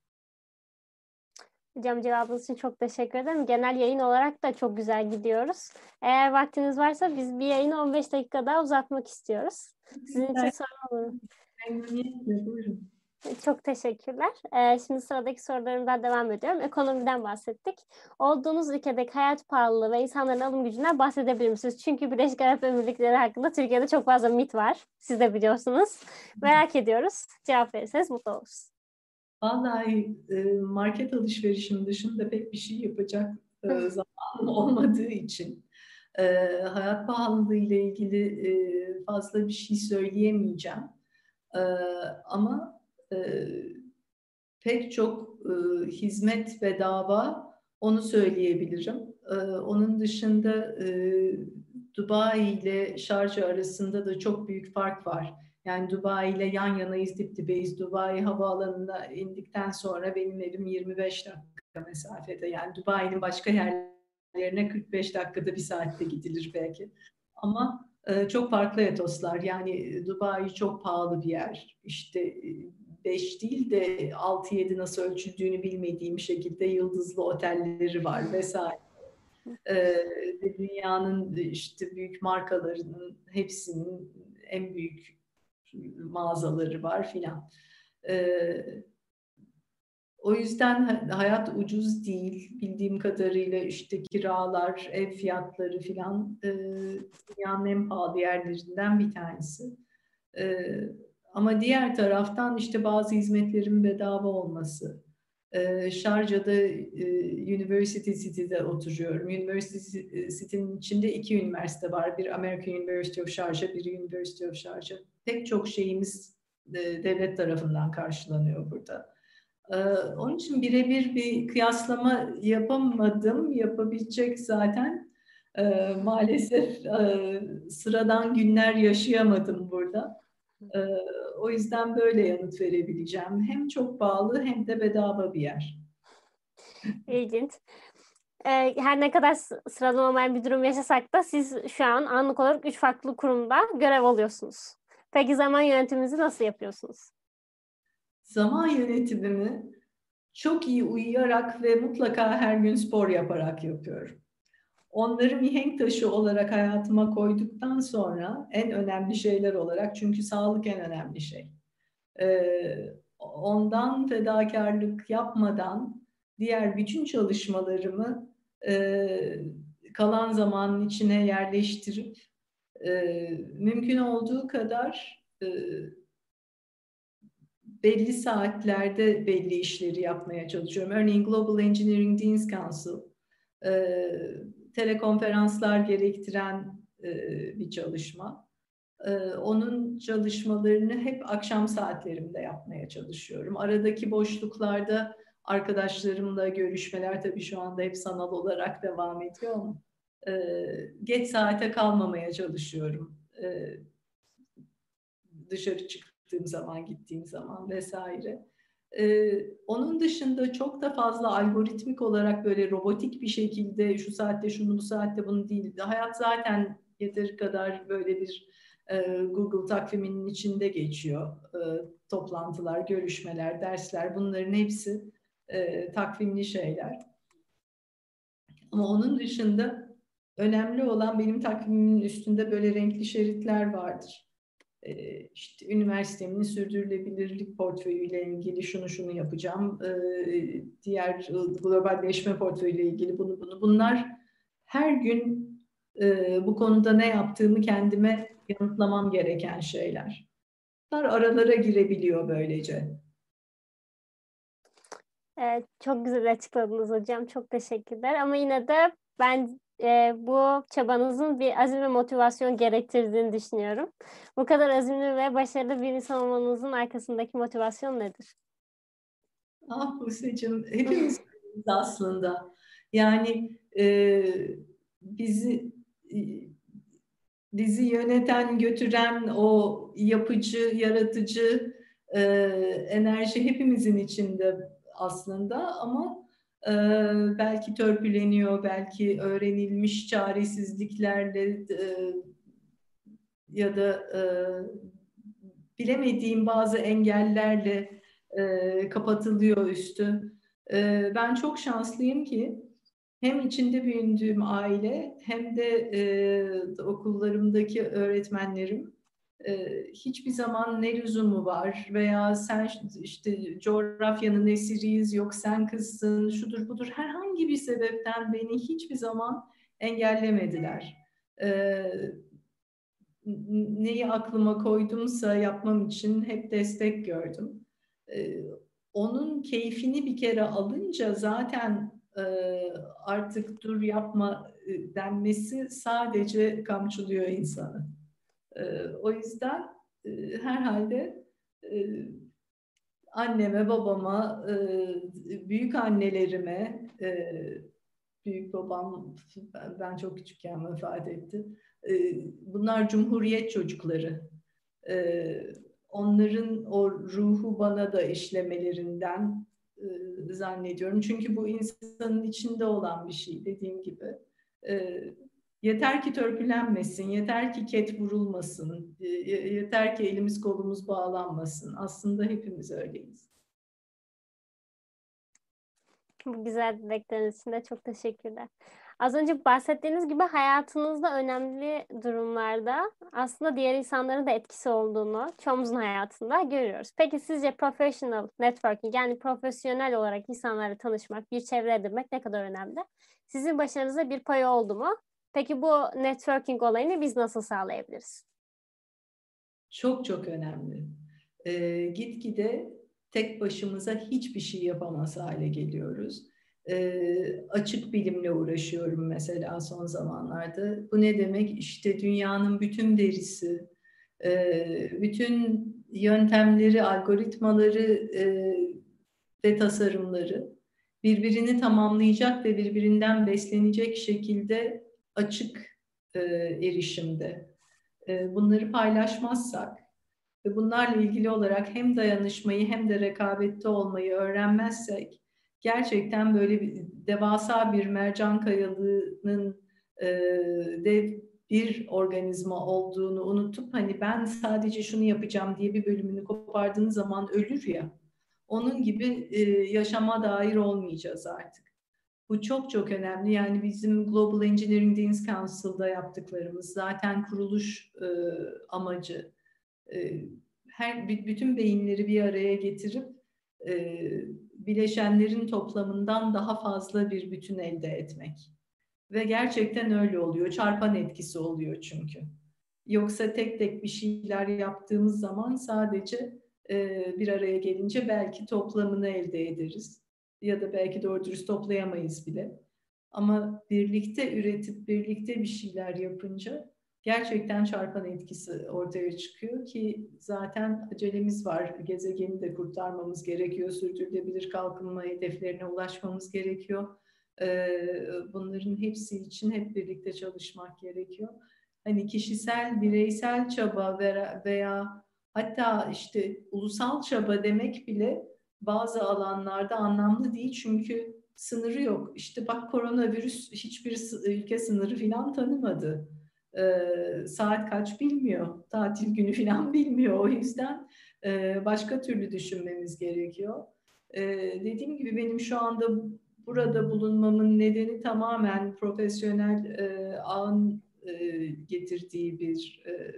A: Hocam cevabınız için çok teşekkür ederim. Genel yayın olarak da çok güzel gidiyoruz. Eğer vaktiniz varsa biz bir yayını on beş dakika daha uzatmak istiyoruz. Sizin için sorun olur mu?
B: Memnuniyetle, buyurun.
A: Çok teşekkürler. Ee, şimdi sıradaki sorularımdan devam ediyorum. Ekonomiden bahsettik. Olduğunuz ülkedeki hayat pahalılığı ve insanların alım gücünden bahsedebilir misiniz? Çünkü Birleşik Arap Emirlikleri hakkında Türkiye'de çok fazla mit var. Siz de biliyorsunuz. Merak ediyoruz. Cevap verirseniz mutlu oluruz.
B: Vallahi market alışverişim dışında pek bir şey yapacak zamanım olmadığı için hayat pahalılığı ile ilgili fazla bir şey söyleyemeyeceğim. Ama pek çok hizmet bedava, onu söyleyebilirim. Onun dışında Dubai ile Şarjah arasında da çok büyük fark var. Yani Dubai ile yan yanayız, dip dibeyiz. Dubai havaalanına indikten sonra benim evim yirmi beş dakika mesafede. Yani Dubai'nin başka yerlerine kırk beş dakikada, bir saatte gidilir belki. Ama e, çok farklı etoslar. Yani Dubai çok pahalı bir yer. İşte beş değil de altı yedi nasıl ölçüldüğünü bilmediğim şekilde yıldızlı otelleri var vesaire. Ee, dünyanın işte büyük markalarının hepsinin en büyük mağazaları var filan. Ee, o yüzden hayat ucuz değil. Bildiğim kadarıyla işte kiralar, ev fiyatları filan e, dünyanın en pahalı yerlerinden bir tanesi. E, ama diğer taraftan işte bazı hizmetlerin bedava olması. E, Şarja'da e, University City'de oturuyorum. University City'nin içinde iki üniversite var. Bir American University of Sharjah, bir University of Sharjah. Pek çok şeyimiz e, devlet tarafından karşılanıyor burada. Ee, onun için birebir bir kıyaslama yapamadım. Yapabilecek zaten e, maalesef e, sıradan günler yaşayamadım burada. E, o yüzden böyle yanıt verebileceğim. Hem çok pahalı hem de bedava bir yer.
A: İlginç. Ee, her ne kadar sıradan olmayan bir durum yaşasak da siz şu an anlık olarak üç farklı kurumda görev alıyorsunuz. Peki zaman yönetiminizi nasıl yapıyorsunuz?
B: Zaman yönetimimi çok iyi uyuyarak ve mutlaka her gün spor yaparak yapıyorum. Onları mihenk taşı olarak hayatıma koyduktan sonra en önemli şeyler olarak, çünkü sağlık en önemli şey. Ee, ondan fedakarlık yapmadan diğer bütün çalışmalarımı e, kalan zamanın içine yerleştirip e, mümkün olduğu kadar e, belli saatlerde belli işleri yapmaya çalışıyorum. Örneğin Global Engineering Deans Council, e, telekonferanslar gerektiren e, bir çalışma. E, onun çalışmalarını hep akşam saatlerimde yapmaya çalışıyorum. Aradaki boşluklarda arkadaşlarımla görüşmeler, tabii şu anda hep sanal olarak devam ediyor ama e, geç saate kalmamaya çalışıyorum. E, dışarı çıktığım zaman, gittiğim zaman vesaire. Ee, onun dışında çok da fazla algoritmik olarak böyle robotik bir şekilde şu saatte şunu, bu saatte bunu değil. Hayat zaten yeteri kadar böyle bir e, Google takviminin içinde geçiyor. E, toplantılar, görüşmeler, dersler, bunların hepsi e, takvimli şeyler. Ama onun dışında önemli olan, benim takvimimin üstünde böyle renkli şeritler vardır. Ee, işte üniversitemin sürdürülebilirlik portföyüyle ilgili şunu şunu yapacağım. Ee, diğer globalleşme portföyüyle ilgili bunu bunu. Bunlar her gün e, bu konuda ne yaptığımı kendime yanıtlamam gereken şeyler. Bunlar aralara girebiliyor böylece.
A: Evet, çok güzel açıkladınız hocam. Çok teşekkürler. Ama yine de ben e, bu çabanızın bir azim ve motivasyon gerektirdiğini düşünüyorum. Bu kadar azimli ve başarılı bir insan olmanızın arkasındaki motivasyon nedir?
B: Ah Buse'cim, hepimiz öyleyiz aslında. Yani e, bizi e, bizi yöneten, götüren o yapıcı, yaratıcı e, enerji hepimizin içinde aslında, ama e, belki törpüleniyor, belki öğrenilmiş çaresizliklerle e, ya da e, bilemediğim bazı engellerle e, kapatılıyor üstü. E, ben çok şanslıyım ki hem içinde büyüdüğüm aile hem de e, okullarımdaki öğretmenlerim e, hiçbir zaman ne lüzumu var veya sen işte coğrafyanın esiriyiz, yok sen kızsın, şudur budur, herhangi bir sebepten beni hiçbir zaman engellemediler. E, Neyi aklıma koydumsa yapmam için hep destek gördüm. Ee, onun keyfini bir kere alınca zaten e, artık dur yapma e, denmesi sadece kamçılıyor insanı. E, o yüzden e, herhalde e, anneme, babama, e, büyük annelerime, e, büyük babam ben çok küçükken vefat etti. Bunlar Cumhuriyet çocukları. Onların o ruhu bana da işlemelerinden zannediyorum. Çünkü bu insanın içinde olan bir şey, dediğim gibi. Yeter ki törpülenmesin, yeter ki ket vurulmasın, yeter ki elimiz kolumuz bağlanmasın. Aslında hepimiz öyleyiz.
A: Bu güzel dilekleriniz için de çok teşekkürler. Az önce bahsettiğiniz gibi hayatınızda önemli durumlarda aslında diğer insanların da etkisi olduğunu çoğumuzun hayatında görüyoruz. Peki sizce professional networking, yani profesyonel olarak insanlarla tanışmak, bir çevre edinmek ne kadar önemli? Sizin başarınıza bir payı oldu mu? Peki bu networking olayını biz nasıl sağlayabiliriz?
B: Çok çok önemli. Ee, gitgide tek başımıza hiçbir şey yapamaz hale geliyoruz. Ee, açık bilimle uğraşıyorum mesela son zamanlarda. Bu ne demek? İşte dünyanın bütün verisi, e, bütün yöntemleri, algoritmaları e, ve tasarımları birbirini tamamlayacak ve birbirinden beslenecek şekilde açık e, erişimde. E, bunları paylaşmazsak ve bunlarla ilgili olarak hem dayanışmayı hem de rekabette olmayı öğrenmezsek, gerçekten böyle bir devasa bir mercan kayalığının e, dev bir organizma olduğunu unutup hani ben sadece şunu yapacağım diye bir bölümünü kopardığınız zaman ölür ya, onun gibi e, yaşama dair olmayacağız artık. Bu çok çok önemli. Yani bizim Global Engineering Deans Council'da yaptıklarımız zaten kuruluş e, amacı. E, her bütün beyinleri bir araya getirip e, bileşenlerin toplamından daha fazla bir bütün elde etmek. Ve gerçekten öyle oluyor. Çarpan etkisi oluyor çünkü. Yoksa tek tek bir şeyler yaptığımız zaman sadece e, bir araya gelince belki toplamını elde ederiz. Ya da belki doğru dürüst toplayamayız bile. Ama birlikte üretip birlikte bir şeyler yapınca gerçekten çarpan etkisi ortaya çıkıyor ki zaten acelemiz var. Gezegeni de kurtarmamız gerekiyor. Sürdürülebilir kalkınma hedeflerine ulaşmamız gerekiyor. Bunların hepsi için hep birlikte çalışmak gerekiyor. Hani kişisel, bireysel çaba veya hatta işte ulusal çaba demek bile bazı alanlarda anlamlı değil çünkü sınırı yok. İşte bak, koronavirüs hiçbir ülke sınırı falan tanımadı. e, saat kaç bilmiyor, tatil günü falan bilmiyor. O yüzden e, başka türlü düşünmemiz gerekiyor. E, dediğim gibi benim şu anda burada bulunmamın nedeni tamamen profesyonel e, ağın e, getirdiği bir e,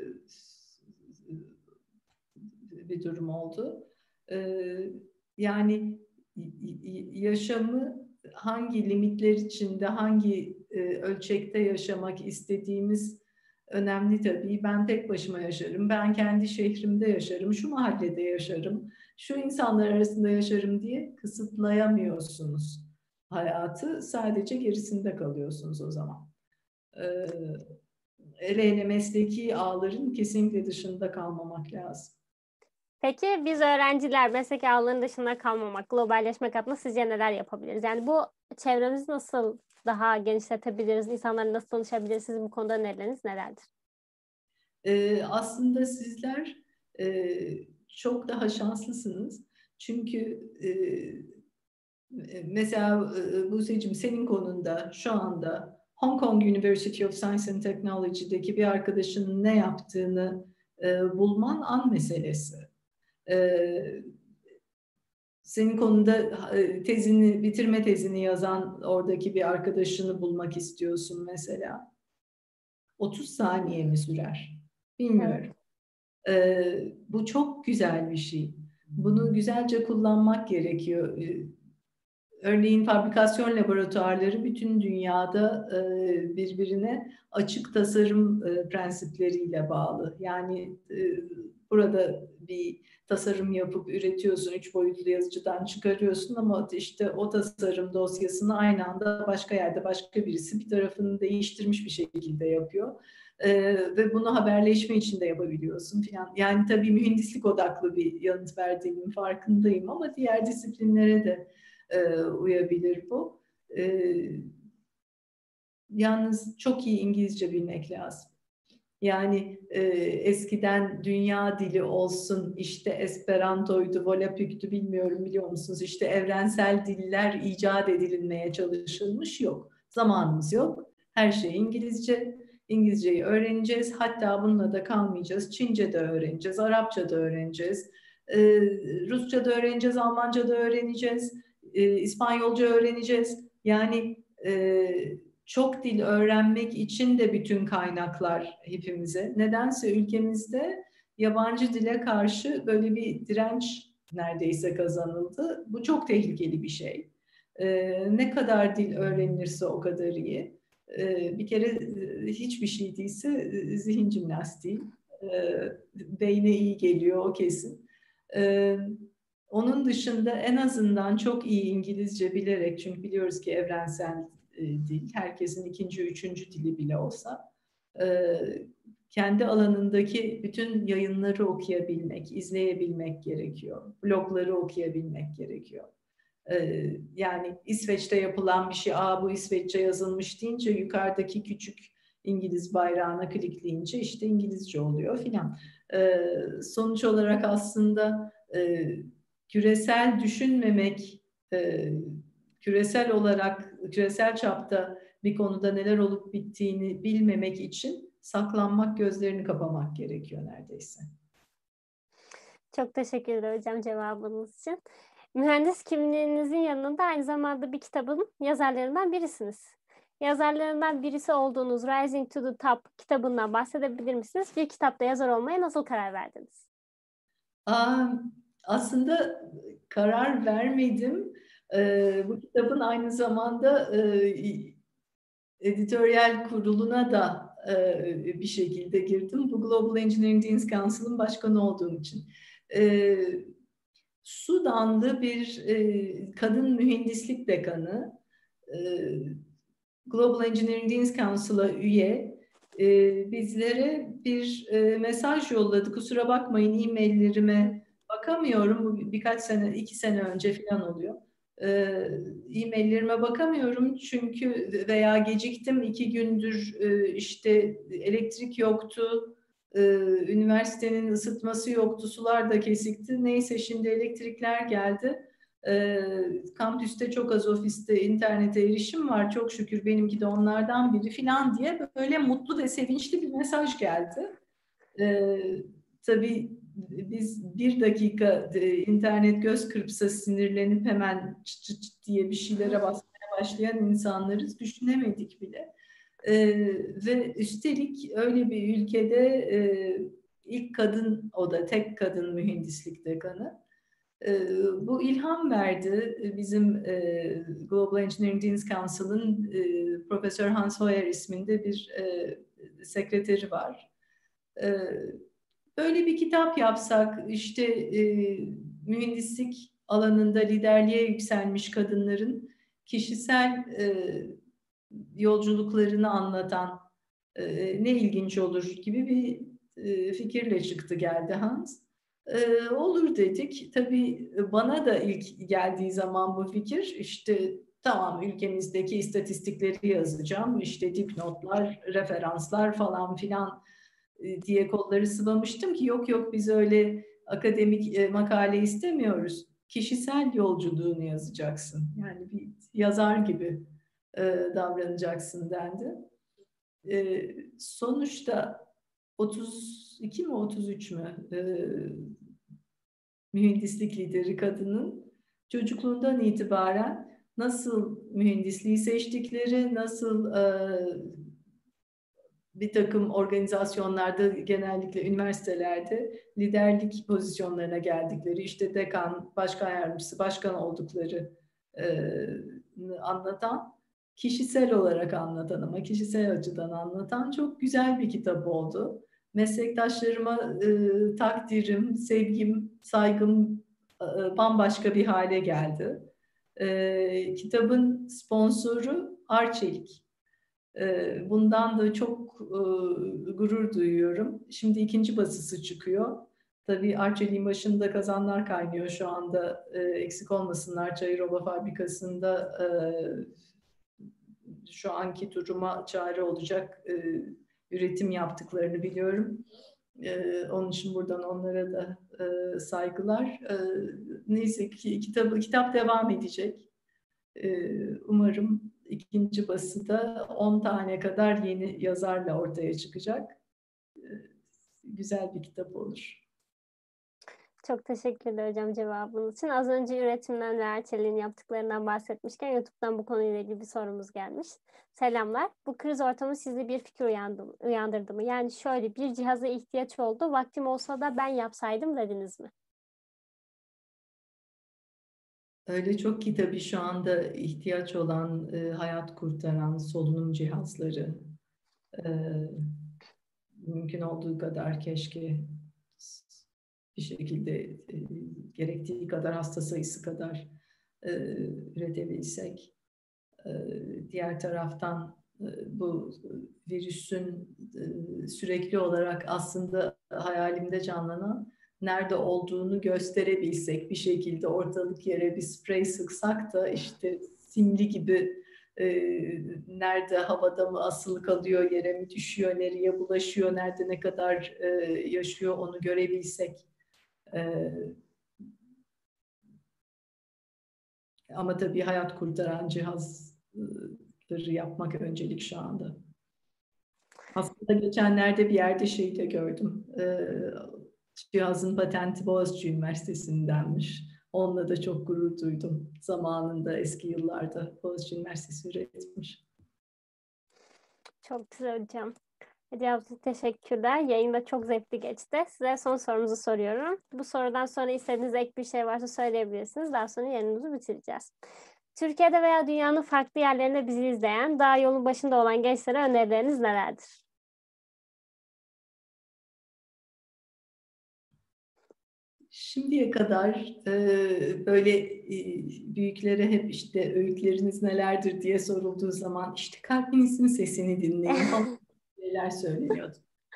B: bir durum oldu. E, yani yaşamı hangi limitler içinde, hangi e, ölçekte yaşamak istediğimiz önemli tabii. Ben tek başıma yaşarım, ben kendi şehrimde yaşarım, şu mahallede yaşarım, şu insanlar arasında yaşarım diye kısıtlayamıyorsunuz hayatı. Sadece gerisinde kalıyorsunuz o zaman. Ee, hele hele mesleki ağların kesinlikle dışında kalmamak lazım.
A: Peki biz öğrenciler meslek ağlarının dışında kalmamak, globalleşmek adına sizce neler yapabiliriz? Yani bu çevremizi nasıl daha genişletebiliriz? İnsanlarla nasıl tanışabiliriz? Sizin bu konuda önerileriniz nelerdir?
B: Ee, aslında sizler e, çok daha şanslısınız. Çünkü e, mesela e, Buse'cim senin konunda şu anda Hong Kong University of Science and Technology'deki bir arkadaşının ne yaptığını e, bulman an meselesi. E, senin konuda e, tezini, bitirme tezini yazan oradaki bir arkadaşını bulmak istiyorsun mesela. otuz saniye mi sürer?
A: Evet.
B: Bilmiyorum. Ee, bu çok güzel bir şey. Bunu güzelce kullanmak gerekiyor. Ee, örneğin fabrikasyon laboratuvarları bütün dünyada e, birbirine açık tasarım e, prensipleriyle bağlı. Yani e, burada bir tasarım yapıp üretiyorsun, üç boyutlu yazıcıdan çıkarıyorsun ama işte o tasarım dosyasını aynı anda başka yerde başka birisi bir tarafını değiştirmiş bir şekilde yapıyor. Ee, ve bunu haberleşme için de yapabiliyorsun falan. Yani tabii mühendislik odaklı bir yanıt verdiğimin farkındayım ama diğer disiplinlere de e, uyabilir bu. E, yalnız çok iyi İngilizce bilmek lazım. Yani e, eskiden dünya dili olsun, işte Esperanto'ydu, Volapük'tü bilmiyorum biliyor musunuz? İşte evrensel diller icat edilmeye çalışılmış yok. Zamanımız yok. Her şey İngilizce. İngilizceyi öğreneceğiz. Hatta bununla da kalmayacağız. Çince de öğreneceğiz, Arapça da öğreneceğiz. E, Rusça da öğreneceğiz, Almanca da öğreneceğiz. E, İspanyolca öğreneceğiz. Yani e, çok dil öğrenmek için de bütün kaynaklar hepimize. Nedense ülkemizde yabancı dile karşı böyle bir direnç neredeyse kazanıldı. Bu çok tehlikeli bir şey. Ee, ne kadar dil öğrenilirse o kadar iyi. Ee, bir kere e, hiçbir şey değilse e, zihin jimnastiği. Ee, beyne iyi geliyor o kesin. Ee, onun dışında en azından çok iyi İngilizce bilerek, çünkü biliyoruz ki evrensel e, dil, herkesin ikinci, üçüncü dili bile olsa e, kendi alanındaki bütün yayınları okuyabilmek, izleyebilmek gerekiyor. Blogları okuyabilmek gerekiyor. E, yani İsveç'te yapılan bir şey, aa bu İsveççe yazılmış deyince yukarıdaki küçük İngiliz bayrağına klikleyince işte İngilizce oluyor filan. E, sonuç olarak aslında e, küresel düşünmemek, e, küresel olarak, küresel çapta bir konuda neler olup bittiğini bilmemek için saklanmak, gözlerini kapamak gerekiyor neredeyse.
A: Çok teşekkür ederim hocam cevabınız için. Mühendis kimliğinizin yanında aynı zamanda bir kitabın yazarlarından birisiniz. Yazarlarından birisi olduğunuz Rising to the Top kitabından bahsedebilir misiniz? Bir kitapta yazar olmaya nasıl karar verdiniz?
B: Aa, aslında karar vermedim. Ee, bu kitabın aynı zamanda e, editoryal kuruluna da e, bir şekilde girdim. Bu Global Engineering Deans Council'ın başkanı olduğum için. E, Sudanlı bir e, kadın mühendislik dekanı, e, Global Engineering Deans Council'a üye, e, bizlere bir e, mesaj yolladı. Kusura bakmayın e-maillerime bakamıyorum. Bu birkaç sene, iki sene önce falan oluyor. E, e-maillerime bakamıyorum çünkü veya geciktim iki gündür e, işte elektrik yoktu. E, üniversitenin ısıtması yoktu, sular da kesikti. Neyse şimdi elektrikler geldi. E, kampüste çok az ofiste internete erişim var. Çok şükür benimki de onlardan biri falan diye böyle mutlu ve sevinçli bir mesaj geldi. E, tabii biz bir dakika e, internet göz kırpsa sinirlenip hemen çıt çıt çıt diye bir şeylere basmaya başlayan insanlarız. Düşünemedik bile. E, ve üstelik öyle bir ülkede e, ilk kadın, o da tek kadın mühendislik dekanı. E, bu ilham verdi. Bizim e, Global Engineering Deans Council'ın e, Profesör Hans Hoyer isminde bir e, sekreteri var. E, böyle bir kitap yapsak, işte e, mühendislik alanında liderliğe yükselmiş kadınların kişisel e, yolculuklarını anlatan e, ne ilginç olur gibi bir e, fikirle çıktı geldi Hans. E, olur dedik. Tabii bana da ilk geldiği zaman bu fikir işte tamam ülkemizdeki istatistikleri yazacağım. İşte dipnotlar, referanslar falan filan e, diye kolları sıvamıştım ki yok yok biz öyle akademik e, makale istemiyoruz. Kişisel yolculuğunu yazacaksın. Yani bir yazar gibi e, davranacaksın dendi. E, sonuçta otuz iki mi otuz üç mü e, mühendislik lideri kadının çocukluğundan itibaren nasıl mühendisliği seçtikleri, nasıl e, bir takım organizasyonlarda, genellikle üniversitelerde liderlik pozisyonlarına geldikleri, işte dekan, başkan yardımcısı, başkan oldukları e, anlatan, kişisel olarak anlatan ama kişisel açıdan anlatan çok güzel bir kitap oldu. Meslektaşlarıma e, takdirim, sevgim, saygım e, bambaşka bir hale geldi. E, kitabın sponsoru Arçelik. Bundan da çok e, gurur duyuyorum. Şimdi ikinci basısı çıkıyor. Tabii Arçelik'in başında kazanlar kaynıyor şu anda. E, eksik olmasınlar, Çayırova fabrikasında e, şu anki duruma çare olacak e, üretim yaptıklarını biliyorum. E, onun için buradan onlara da e, saygılar. E, neyse ki kitabı, kitap devam edecek. E, umarım ikinci basıda on tane kadar yeni yazarla ortaya çıkacak. E, güzel bir kitap olur.
A: Çok teşekkürler hocam cevabınız için. Az önce üretimden ve Arçelik'in yaptıklarından bahsetmişken YouTube'dan bu konuyla ilgili bir sorumuz gelmiş. Selamlar. Bu kriz ortamı sizde bir fikir uyandı, uyandırdı mı? Yani şöyle bir cihaza ihtiyaç oldu. Vaktim olsa da ben yapsaydım dediniz mi?
B: Öyle çok ki tabii şu anda ihtiyaç olan e, hayat kurtaran solunum cihazları e, mümkün olduğu kadar keşke bir şekilde e, gerektiği kadar hasta sayısı kadar e, üretebilsek. E, diğer taraftan e, bu virüsün e, sürekli olarak aslında hayalimde canlanan nerede olduğunu gösterebilsek, bir şekilde ortalık yere bir sprey sıksak da işte simli gibi e, nerede havada mı asılı kalıyor, yere mi düşüyor, nereye bulaşıyor, nerede ne kadar e, yaşıyor onu görebilsek. E, ama tabii hayat kurtaran cihazları yapmak öncelik şu anda. Aslında geçenlerde bir yerde şeyi de gördüm. Ee, cihazın patenti Boğaziçi Üniversitesi'ndenmiş. Onunla da çok gurur duydum. Zamanında eski yıllarda Boğaziçi Üniversitesi üretmiş.
A: Çok güzel hocam. Cevap için teşekkürler. Yayın da çok zevkli geçti. Size son sorumuzu soruyorum. Bu sorudan sonra istediğiniz ek bir şey varsa söyleyebilirsiniz. Daha sonra yayınımızı bitireceğiz. Türkiye'de veya dünyanın farklı yerlerinde bizi izleyen, daha yolun başında olan gençlere önerileriniz nelerdir?
B: Şimdiye kadar e, böyle e, büyüklere hep işte öğütleriniz nelerdir diye sorulduğu zaman işte kalbinizin sesini dinleyin falan şeyler söyleniyordu.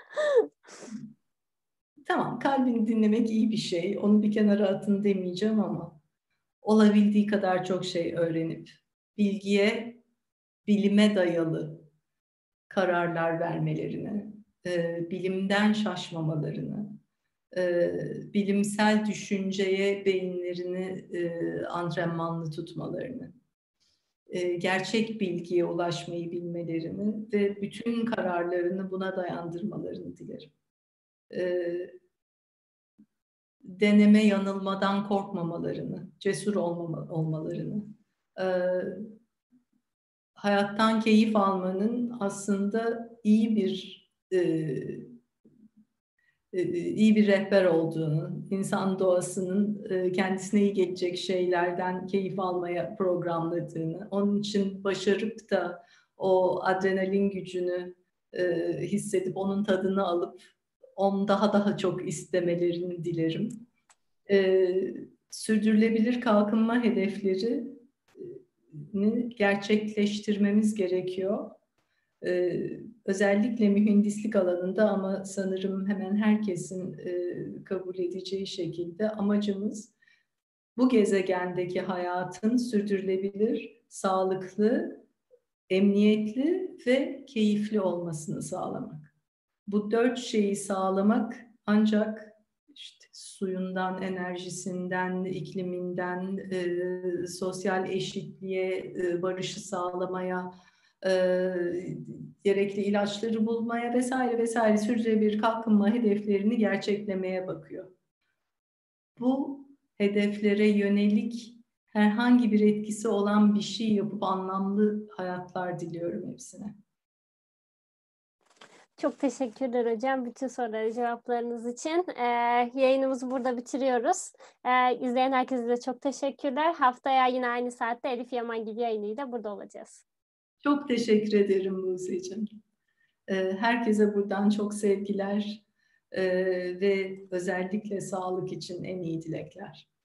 B: Tamam, kalbini dinlemek iyi bir şey. Onu bir kenara atın demeyeceğim ama olabildiği kadar çok şey öğrenip bilgiye, bilime dayalı kararlar vermelerini, e, bilimden şaşmamalarını, e, bilimsel düşünceye beyinlerini e, antrenmanlı tutmalarını, e, gerçek bilgiye ulaşmayı bilmelerini ve bütün kararlarını buna dayandırmalarını dilerim. E, deneme yanılmadan korkmamalarını, cesur olmama, olmalarını, e, hayattan keyif almanın aslında iyi bir e, e, iyi bir rehber olduğunu, insan doğasının e, kendisine iyi gelecek şeylerden keyif almaya programladığını, onun için başarıp da o adrenalin gücünü e, hissedip onun tadını alıp onu daha daha çok istemelerini dilerim. E, sürdürülebilir kalkınma hedeflerini gerçekleştirmemiz gerekiyor. Ee, özellikle mühendislik alanında ama sanırım hemen herkesin e, kabul edeceği şekilde amacımız bu gezegendeki hayatın sürdürülebilir, sağlıklı, emniyetli ve keyifli olmasını sağlamak. Bu dört şeyi sağlamak ancak işte suyundan, enerjisinden, ikliminden, e, sosyal eşitliğe, e, barışı sağlamaya, e, gerekli ilaçları bulmaya vesaire vesaire sürdürülebilir kalkınma hedeflerini gerçeklemeye bakıyor. Bu hedeflere yönelik herhangi bir etkisi olan bir şey yapıp anlamlı hayatlar diliyorum hepsine.
A: Çok teşekkürler hocam bütün soruları cevaplarınız için. Ee, yayınımızı burada bitiriyoruz. Ee, izleyen herkese de çok teşekkürler. Haftaya yine aynı saatte Elif Yamangil yayınıyla burada olacağız.
B: Çok teşekkür ederim Buse'cim. Herkese buradan çok sevgiler ve özellikle sağlık için en iyi dilekler.